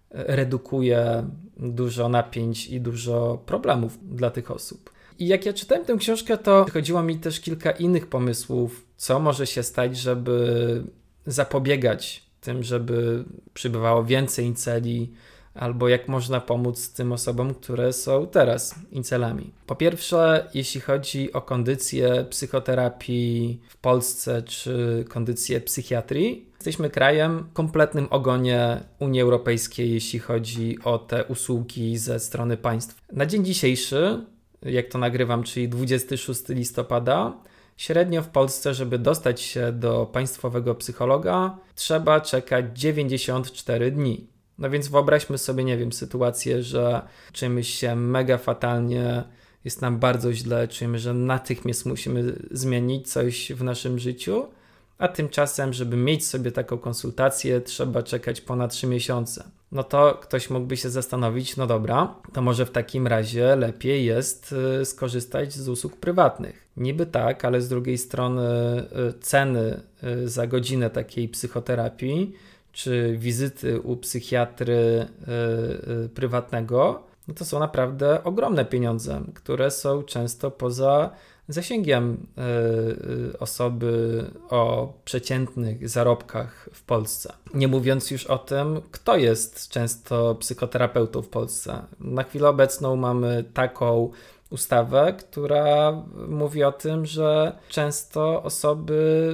redukuje dużo napięć i dużo problemów dla tych osób. I jak ja czytałem tę książkę, to chodziło mi też kilka innych pomysłów, co może się stać, żeby zapobiegać tym, żeby przybywało więcej inceli, albo jak można pomóc tym osobom, które są teraz incelami. Po pierwsze, jeśli chodzi o kondycję psychoterapii w Polsce, czy kondycję psychiatrii, jesteśmy krajem w kompletnym ogonie Unii Europejskiej, jeśli chodzi o te usługi ze strony państw. Na dzień dzisiejszy, jak to nagrywam, czyli dwudziestego szóstego listopada, średnio w Polsce, żeby dostać się do państwowego psychologa, trzeba czekać dziewięćdziesiąt cztery dni. No więc wyobraźmy sobie, nie wiem, sytuację, że czujemy się mega fatalnie, jest nam bardzo źle, czujemy, że natychmiast musimy zmienić coś w naszym życiu, a tymczasem, żeby mieć sobie taką konsultację, trzeba czekać ponad trzy miesiące. No to ktoś mógłby się zastanowić, no dobra, to może w takim razie lepiej jest skorzystać z usług prywatnych. Niby tak, ale z drugiej strony ceny za godzinę takiej psychoterapii czy wizyty u psychiatry yy, prywatnego, no to są naprawdę ogromne pieniądze, które są często poza zasięgiem yy, osoby o przeciętnych zarobkach w Polsce. Nie mówiąc już o tym, kto jest często psychoterapeutą w Polsce. Na chwilę obecną mamy taką ustawę, która mówi o tym, że często osoby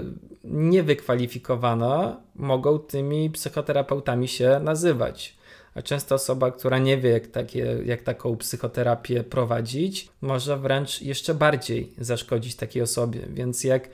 niewykwalifikowane mogą tymi psychoterapeutami się nazywać. A często osoba, która nie wie, jak, takie, jak taką psychoterapię prowadzić, może wręcz jeszcze bardziej zaszkodzić takiej osobie. Więc jak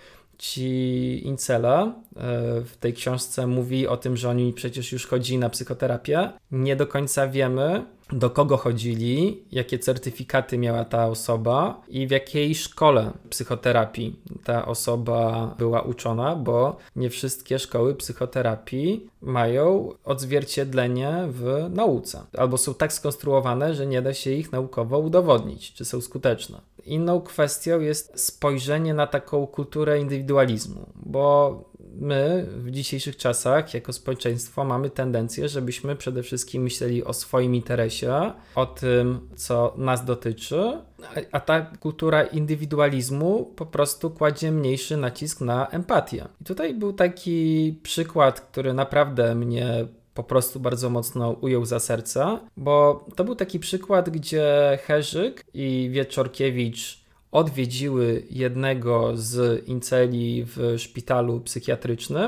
ci incele w tej książce mówi o tym, że oni przecież już chodzili na psychoterapię, nie do końca wiemy, do kogo chodzili, jakie certyfikaty miała ta osoba i w jakiej szkole psychoterapii ta osoba była uczona, bo nie wszystkie szkoły psychoterapii mają odzwierciedlenie w nauce. Albo są tak skonstruowane, że nie da się ich naukowo udowodnić, czy są skuteczne. Inną kwestią jest spojrzenie na taką kulturę indywidualizmu, bo my w dzisiejszych czasach jako społeczeństwo mamy tendencję, żebyśmy przede wszystkim myśleli o swoim interesie, o tym, co nas dotyczy, a ta kultura indywidualizmu po prostu kładzie mniejszy nacisk na empatię. I tutaj był taki przykład, który naprawdę mnie po prostu bardzo mocno ujął za serce, bo to był taki przykład, gdzie Herzyk i Wieczorkiewicz odwiedziły jednego z inceli w szpitalu psychiatrycznym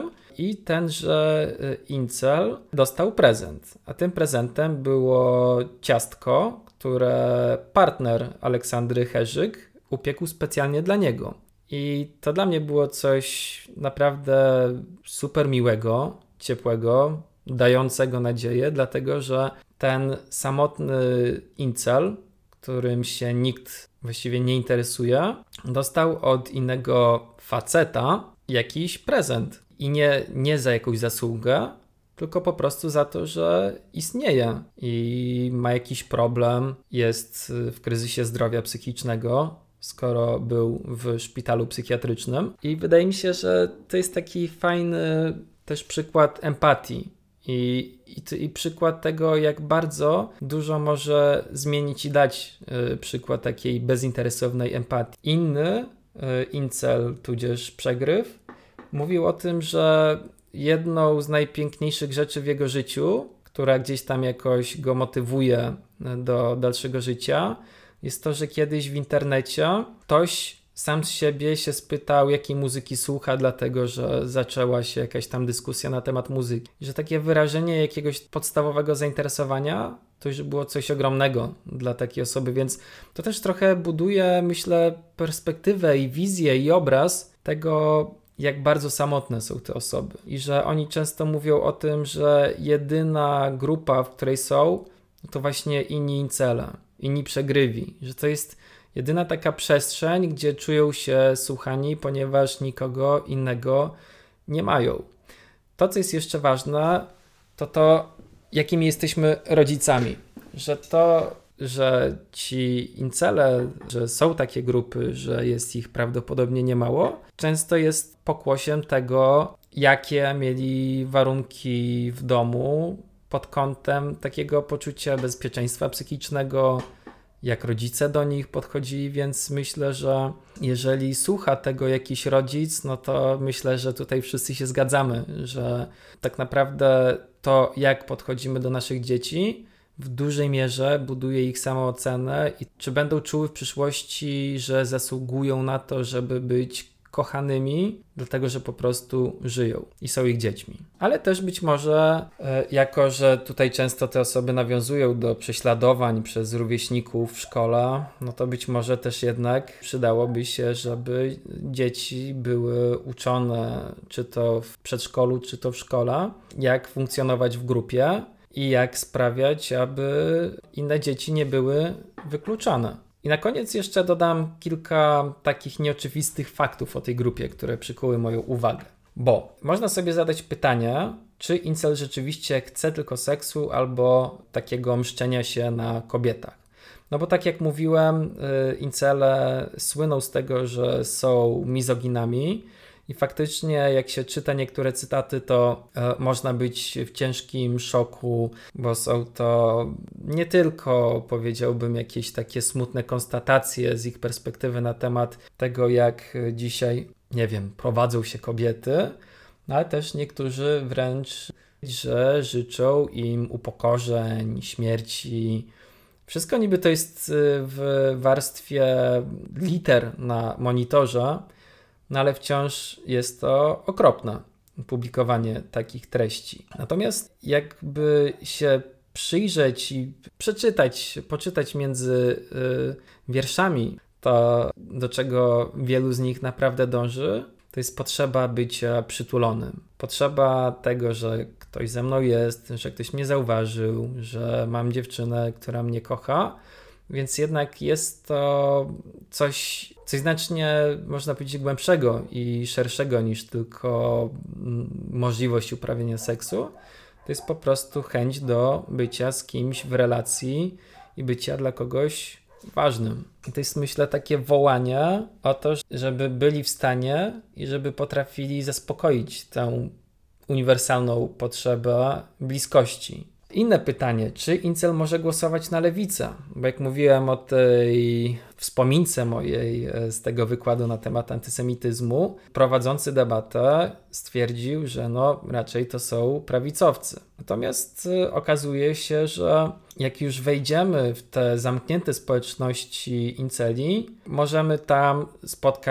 i tenże incel dostał prezent, a tym prezentem było ciastko, które partner Aleksandry Herzyk upiekł specjalnie dla niego. I to dla mnie było coś naprawdę super miłego, ciepłego, dającego nadzieję, dlatego że ten samotny incel, którym się nikt właściwie nie interesuje, dostał od innego faceta jakiś prezent. I nie, nie za jakąś zasługę, tylko po prostu za to, że istnieje i ma jakiś problem, jest w kryzysie zdrowia psychicznego, skoro był w szpitalu psychiatrycznym. I wydaje mi się, że to jest taki fajny też przykład empatii i, i, i przykład tego, jak bardzo dużo może zmienić i dać y, przykład takiej bezinteresownej empatii. Inny y, incel, tudzież przegryw, mówił o tym, że jedną z najpiękniejszych rzeczy w jego życiu, która gdzieś tam jakoś go motywuje do dalszego życia, jest to, że kiedyś w internecie ktoś sam z siebie się spytał, jakiej muzyki słucha, dlatego że zaczęła się jakaś tam dyskusja na temat muzyki. I że takie wyrażenie jakiegoś podstawowego zainteresowania to już było coś ogromnego dla takiej osoby, więc to też trochę buduje, myślę, perspektywę i wizję i obraz tego, jak bardzo samotne są te osoby. I że oni często mówią o tym, że jedyna grupa, w której są, to właśnie inni incele, inni przegrywi. Że to jest jedyna taka przestrzeń, gdzie czują się słuchani, ponieważ nikogo innego nie mają. To, co jest jeszcze ważne, to to, jakimi jesteśmy rodzicami. Że to, że ci incele, że są takie grupy, że jest ich prawdopodobnie niemało, często jest pokłosiem tego, jakie mieli warunki w domu pod kątem takiego poczucia bezpieczeństwa psychicznego, jak rodzice do nich podchodzili, więc myślę, że jeżeli słucha tego jakiś rodzic, no to myślę, że tutaj wszyscy się zgadzamy, że tak naprawdę to, jak podchodzimy do naszych dzieci, w dużej mierze buduje ich samoocenę i czy będą czuły w przyszłości, że zasługują na to, żeby być kochanymi, dlatego że po prostu żyją i są ich dziećmi. Ale też być może, jako że tutaj często te osoby nawiązują do prześladowań przez rówieśników w szkole, no to być może też jednak przydałoby się, żeby dzieci były uczone, czy to w przedszkolu, czy to w szkole, jak funkcjonować w grupie i jak sprawiać, aby inne dzieci nie były wykluczane. I na koniec jeszcze dodam kilka takich nieoczywistych faktów o tej grupie, które przykuły moją uwagę. Bo można sobie zadać pytanie, czy incel rzeczywiście chce tylko seksu albo takiego mszczenia się na kobietach. No bo tak jak mówiłem, incele słyną z tego, że są mizoginami i faktycznie jak się czyta niektóre cytaty, to e, można być w ciężkim szoku, bo są to nie tylko, powiedziałbym, jakieś takie smutne konstatacje z ich perspektywy na temat tego, jak dzisiaj, nie wiem, prowadzą się kobiety, no ale też niektórzy wręcz, że życzą im upokorzeń, śmierci. Wszystko niby to jest w warstwie liter na monitorze, no ale wciąż jest to okropne publikowanie takich treści. Natomiast jakby się przyjrzeć i przeczytać, poczytać między y, wierszami to, do czego wielu z nich naprawdę dąży, to jest potrzeba bycia przytulonym. Potrzeba tego, że ktoś ze mną jest, że ktoś mnie zauważył, że mam dziewczynę, która mnie kocha. Więc jednak jest to coś, coś znacznie, można powiedzieć, głębszego i szerszego niż tylko możliwość uprawiania seksu. To jest po prostu chęć do bycia z kimś w relacji i bycia dla kogoś ważnym. I to jest, myślę, takie wołanie o to, żeby byli w stanie i żeby potrafili zaspokoić tę uniwersalną potrzebę bliskości. Inne pytanie, czy incel może głosować na lewicę? Bo jak mówiłem o tej wspomince mojej z tego wykładu na temat antysemityzmu, prowadzący debatę stwierdził, że no raczej to są prawicowcy. Natomiast okazuje się, że jak już wejdziemy w te zamknięte społeczności inceli, możemy tam spotkać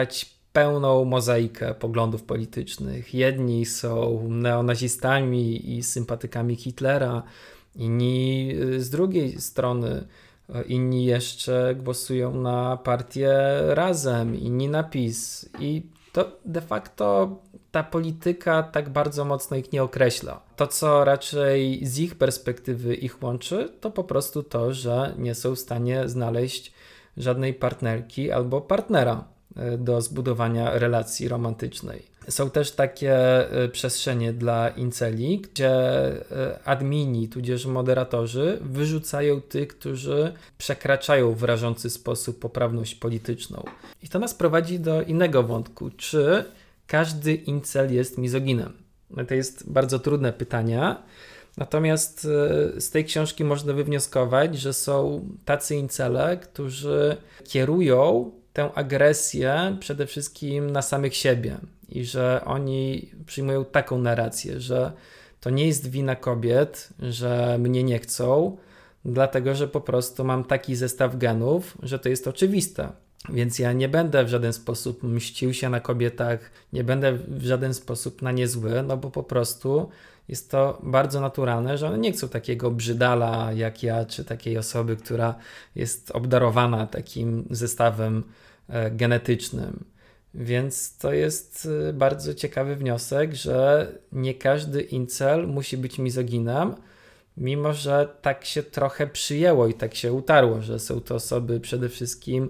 pełną mozaikę poglądów politycznych. Jedni są neonazistami i sympatykami Hitlera, inni z drugiej strony, inni jeszcze głosują na partię Razem, inni na PiS. I to de facto ta polityka tak bardzo mocno ich nie określa. To, co raczej z ich perspektywy ich łączy, to po prostu to, że nie są w stanie znaleźć żadnej partnerki albo partnera do zbudowania relacji romantycznej. Są też takie przestrzenie dla inceli, gdzie admini, tudzież moderatorzy wyrzucają tych, którzy przekraczają w rażący sposób poprawność polityczną. I to nas prowadzi do innego wątku. Czy każdy incel jest mizoginem? To jest bardzo trudne pytanie. Natomiast z tej książki można wywnioskować, że są tacy incele, którzy kierują tę agresję przede wszystkim na samych siebie i że oni przyjmują taką narrację, że to nie jest wina kobiet, że mnie nie chcą, dlatego że po prostu mam taki zestaw genów, że to jest oczywiste. Więc ja nie będę w żaden sposób mścił się na kobietach, nie będę w żaden sposób na nie zły, no bo po prostu jest to bardzo naturalne, że one nie chcą takiego brzydala jak ja, czy takiej osoby, która jest obdarowana takim zestawem e, genetycznym. Więc to jest bardzo ciekawy wniosek, że nie każdy incel musi być mizoginem, mimo że tak się trochę przyjęło i tak się utarło, że są to osoby przede wszystkim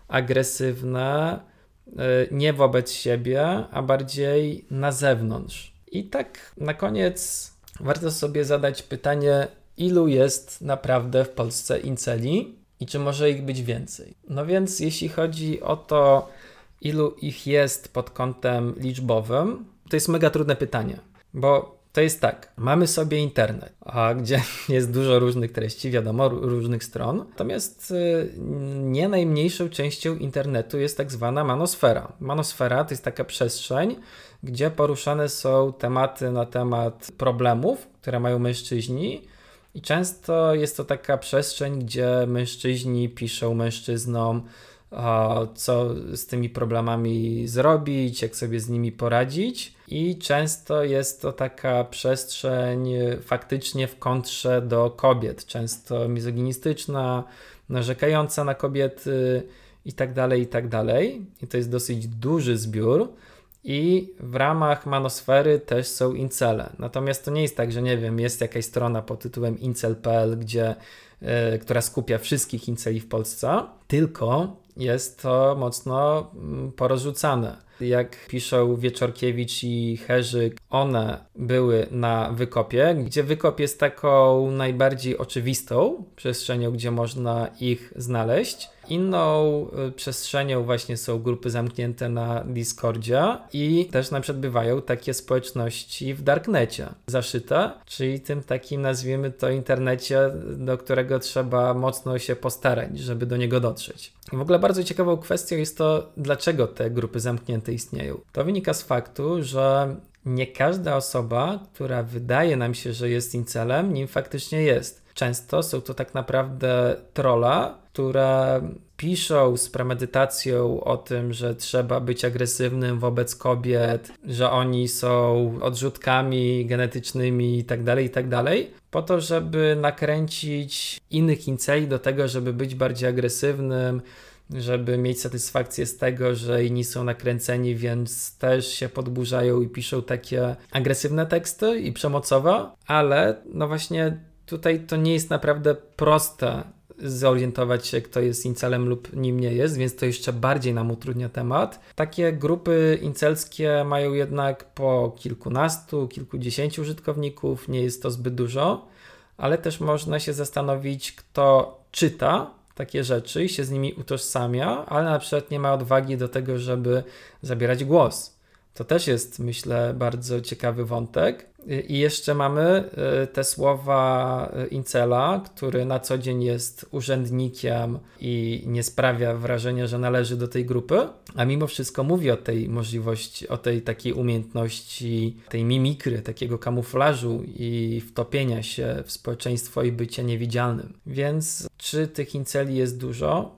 agresywne, nie wobec siebie, a bardziej na zewnątrz. I tak na koniec warto sobie zadać pytanie, ilu jest naprawdę w Polsce inceli i czy może ich być więcej? No więc jeśli chodzi o to, ilu ich jest pod kątem liczbowym, to jest mega trudne pytanie, bo to jest tak, mamy sobie internet, a gdzie jest dużo różnych treści, wiadomo, różnych stron, natomiast nie najmniejszą częścią internetu jest tak zwana manosfera. Manosfera to jest taka przestrzeń, gdzie poruszane są tematy na temat problemów, które mają mężczyźni i często jest to taka przestrzeń, gdzie mężczyźni piszą mężczyznom, co z tymi problemami zrobić, jak sobie z nimi poradzić i często jest to taka przestrzeń faktycznie w kontrze do kobiet, często mizoginistyczna, narzekająca na kobiety i tak dalej, i tak dalej. I to jest dosyć duży zbiór i w ramach manosfery też są incele. Natomiast to nie jest tak, że nie wiem, jest jakaś strona pod tytułem incel kropka p l, gdzie, yy, która skupia wszystkich inceli w Polsce, tylko jest to mocno porozrzucane. Jak piszą Wieczorkiewicz i Herzyk, one były na Wykopie, gdzie Wykop jest taką najbardziej oczywistą przestrzenią, gdzie można ich znaleźć. Inną przestrzenią właśnie są grupy zamknięte na Discordzie i też na przykład bywają takie społeczności w darknecie zaszyte, czyli tym takim, nazwijmy to, internecie, do którego trzeba mocno się postarać, żeby do niego dotrzeć. I w ogóle bardzo ciekawą kwestią jest to, dlaczego te grupy zamknięte istnieją. To wynika z faktu, że nie każda osoba, która wydaje nam się, że jest incelem, nim faktycznie jest. Często są to tak naprawdę trolle, które piszą z premedytacją o tym, że trzeba być agresywnym wobec kobiet, że oni są odrzutkami genetycznymi itd., itd., po to, żeby nakręcić innych inceli do tego, żeby być bardziej agresywnym, żeby mieć satysfakcję z tego, że inni są nakręceni, więc też się podburzają i piszą takie agresywne teksty i przemocowe, ale no właśnie tutaj to nie jest naprawdę proste zorientować się, kto jest incelem lub nim nie jest, więc to jeszcze bardziej nam utrudnia temat. Takie grupy incelskie mają jednak po kilkunastu, kilkudziesięciu użytkowników, nie jest to zbyt dużo, ale też można się zastanowić, kto czyta takie rzeczy i się z nimi utożsamia, ale na przykład nie ma odwagi do tego, żeby zabierać głos. To też jest, myślę, bardzo ciekawy wątek. I jeszcze mamy te słowa incela, który na co dzień jest urzędnikiem i nie sprawia wrażenia, że należy do tej grupy, a mimo wszystko mówi o tej możliwości, o tej takiej umiejętności, tej mimikry, takiego kamuflażu i wtopienia się w społeczeństwo i bycia niewidzialnym. Więc czy tych inceli jest dużo?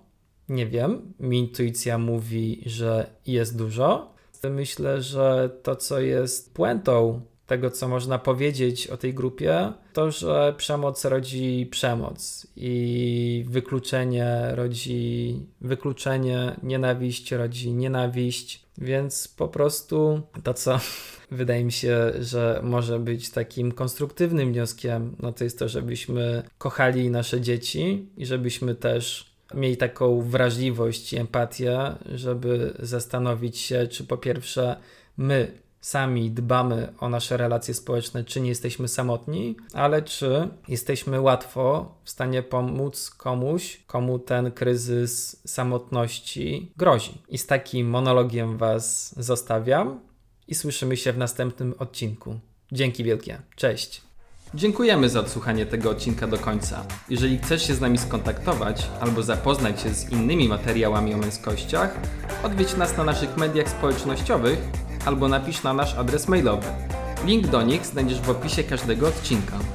Nie wiem, mi intuicja mówi, że jest dużo. Myślę, że to, co jest puentą tego, co można powiedzieć o tej grupie, to, że przemoc rodzi przemoc i wykluczenie rodzi wykluczenie, nienawiść rodzi nienawiść, więc po prostu to, co wydaje mi się, że może być takim konstruktywnym wnioskiem, no to jest to, żebyśmy kochali nasze dzieci i żebyśmy też mieli taką wrażliwość i empatię, żeby zastanowić się, czy po pierwsze my sami dbamy o nasze relacje społeczne, czy nie jesteśmy samotni, ale czy jesteśmy łatwo w stanie pomóc komuś, komu ten kryzys samotności grozi. I z takim monologiem Was zostawiam i słyszymy się w następnym odcinku. Dzięki wielkie. Cześć. Dziękujemy za odsłuchanie tego odcinka do końca. Jeżeli chcesz się z nami skontaktować albo zapoznać się z innymi materiałami o męskościach, odwiedź nas na naszych mediach społecznościowych albo napisz na nasz adres mailowy. Link do nich znajdziesz w opisie każdego odcinka.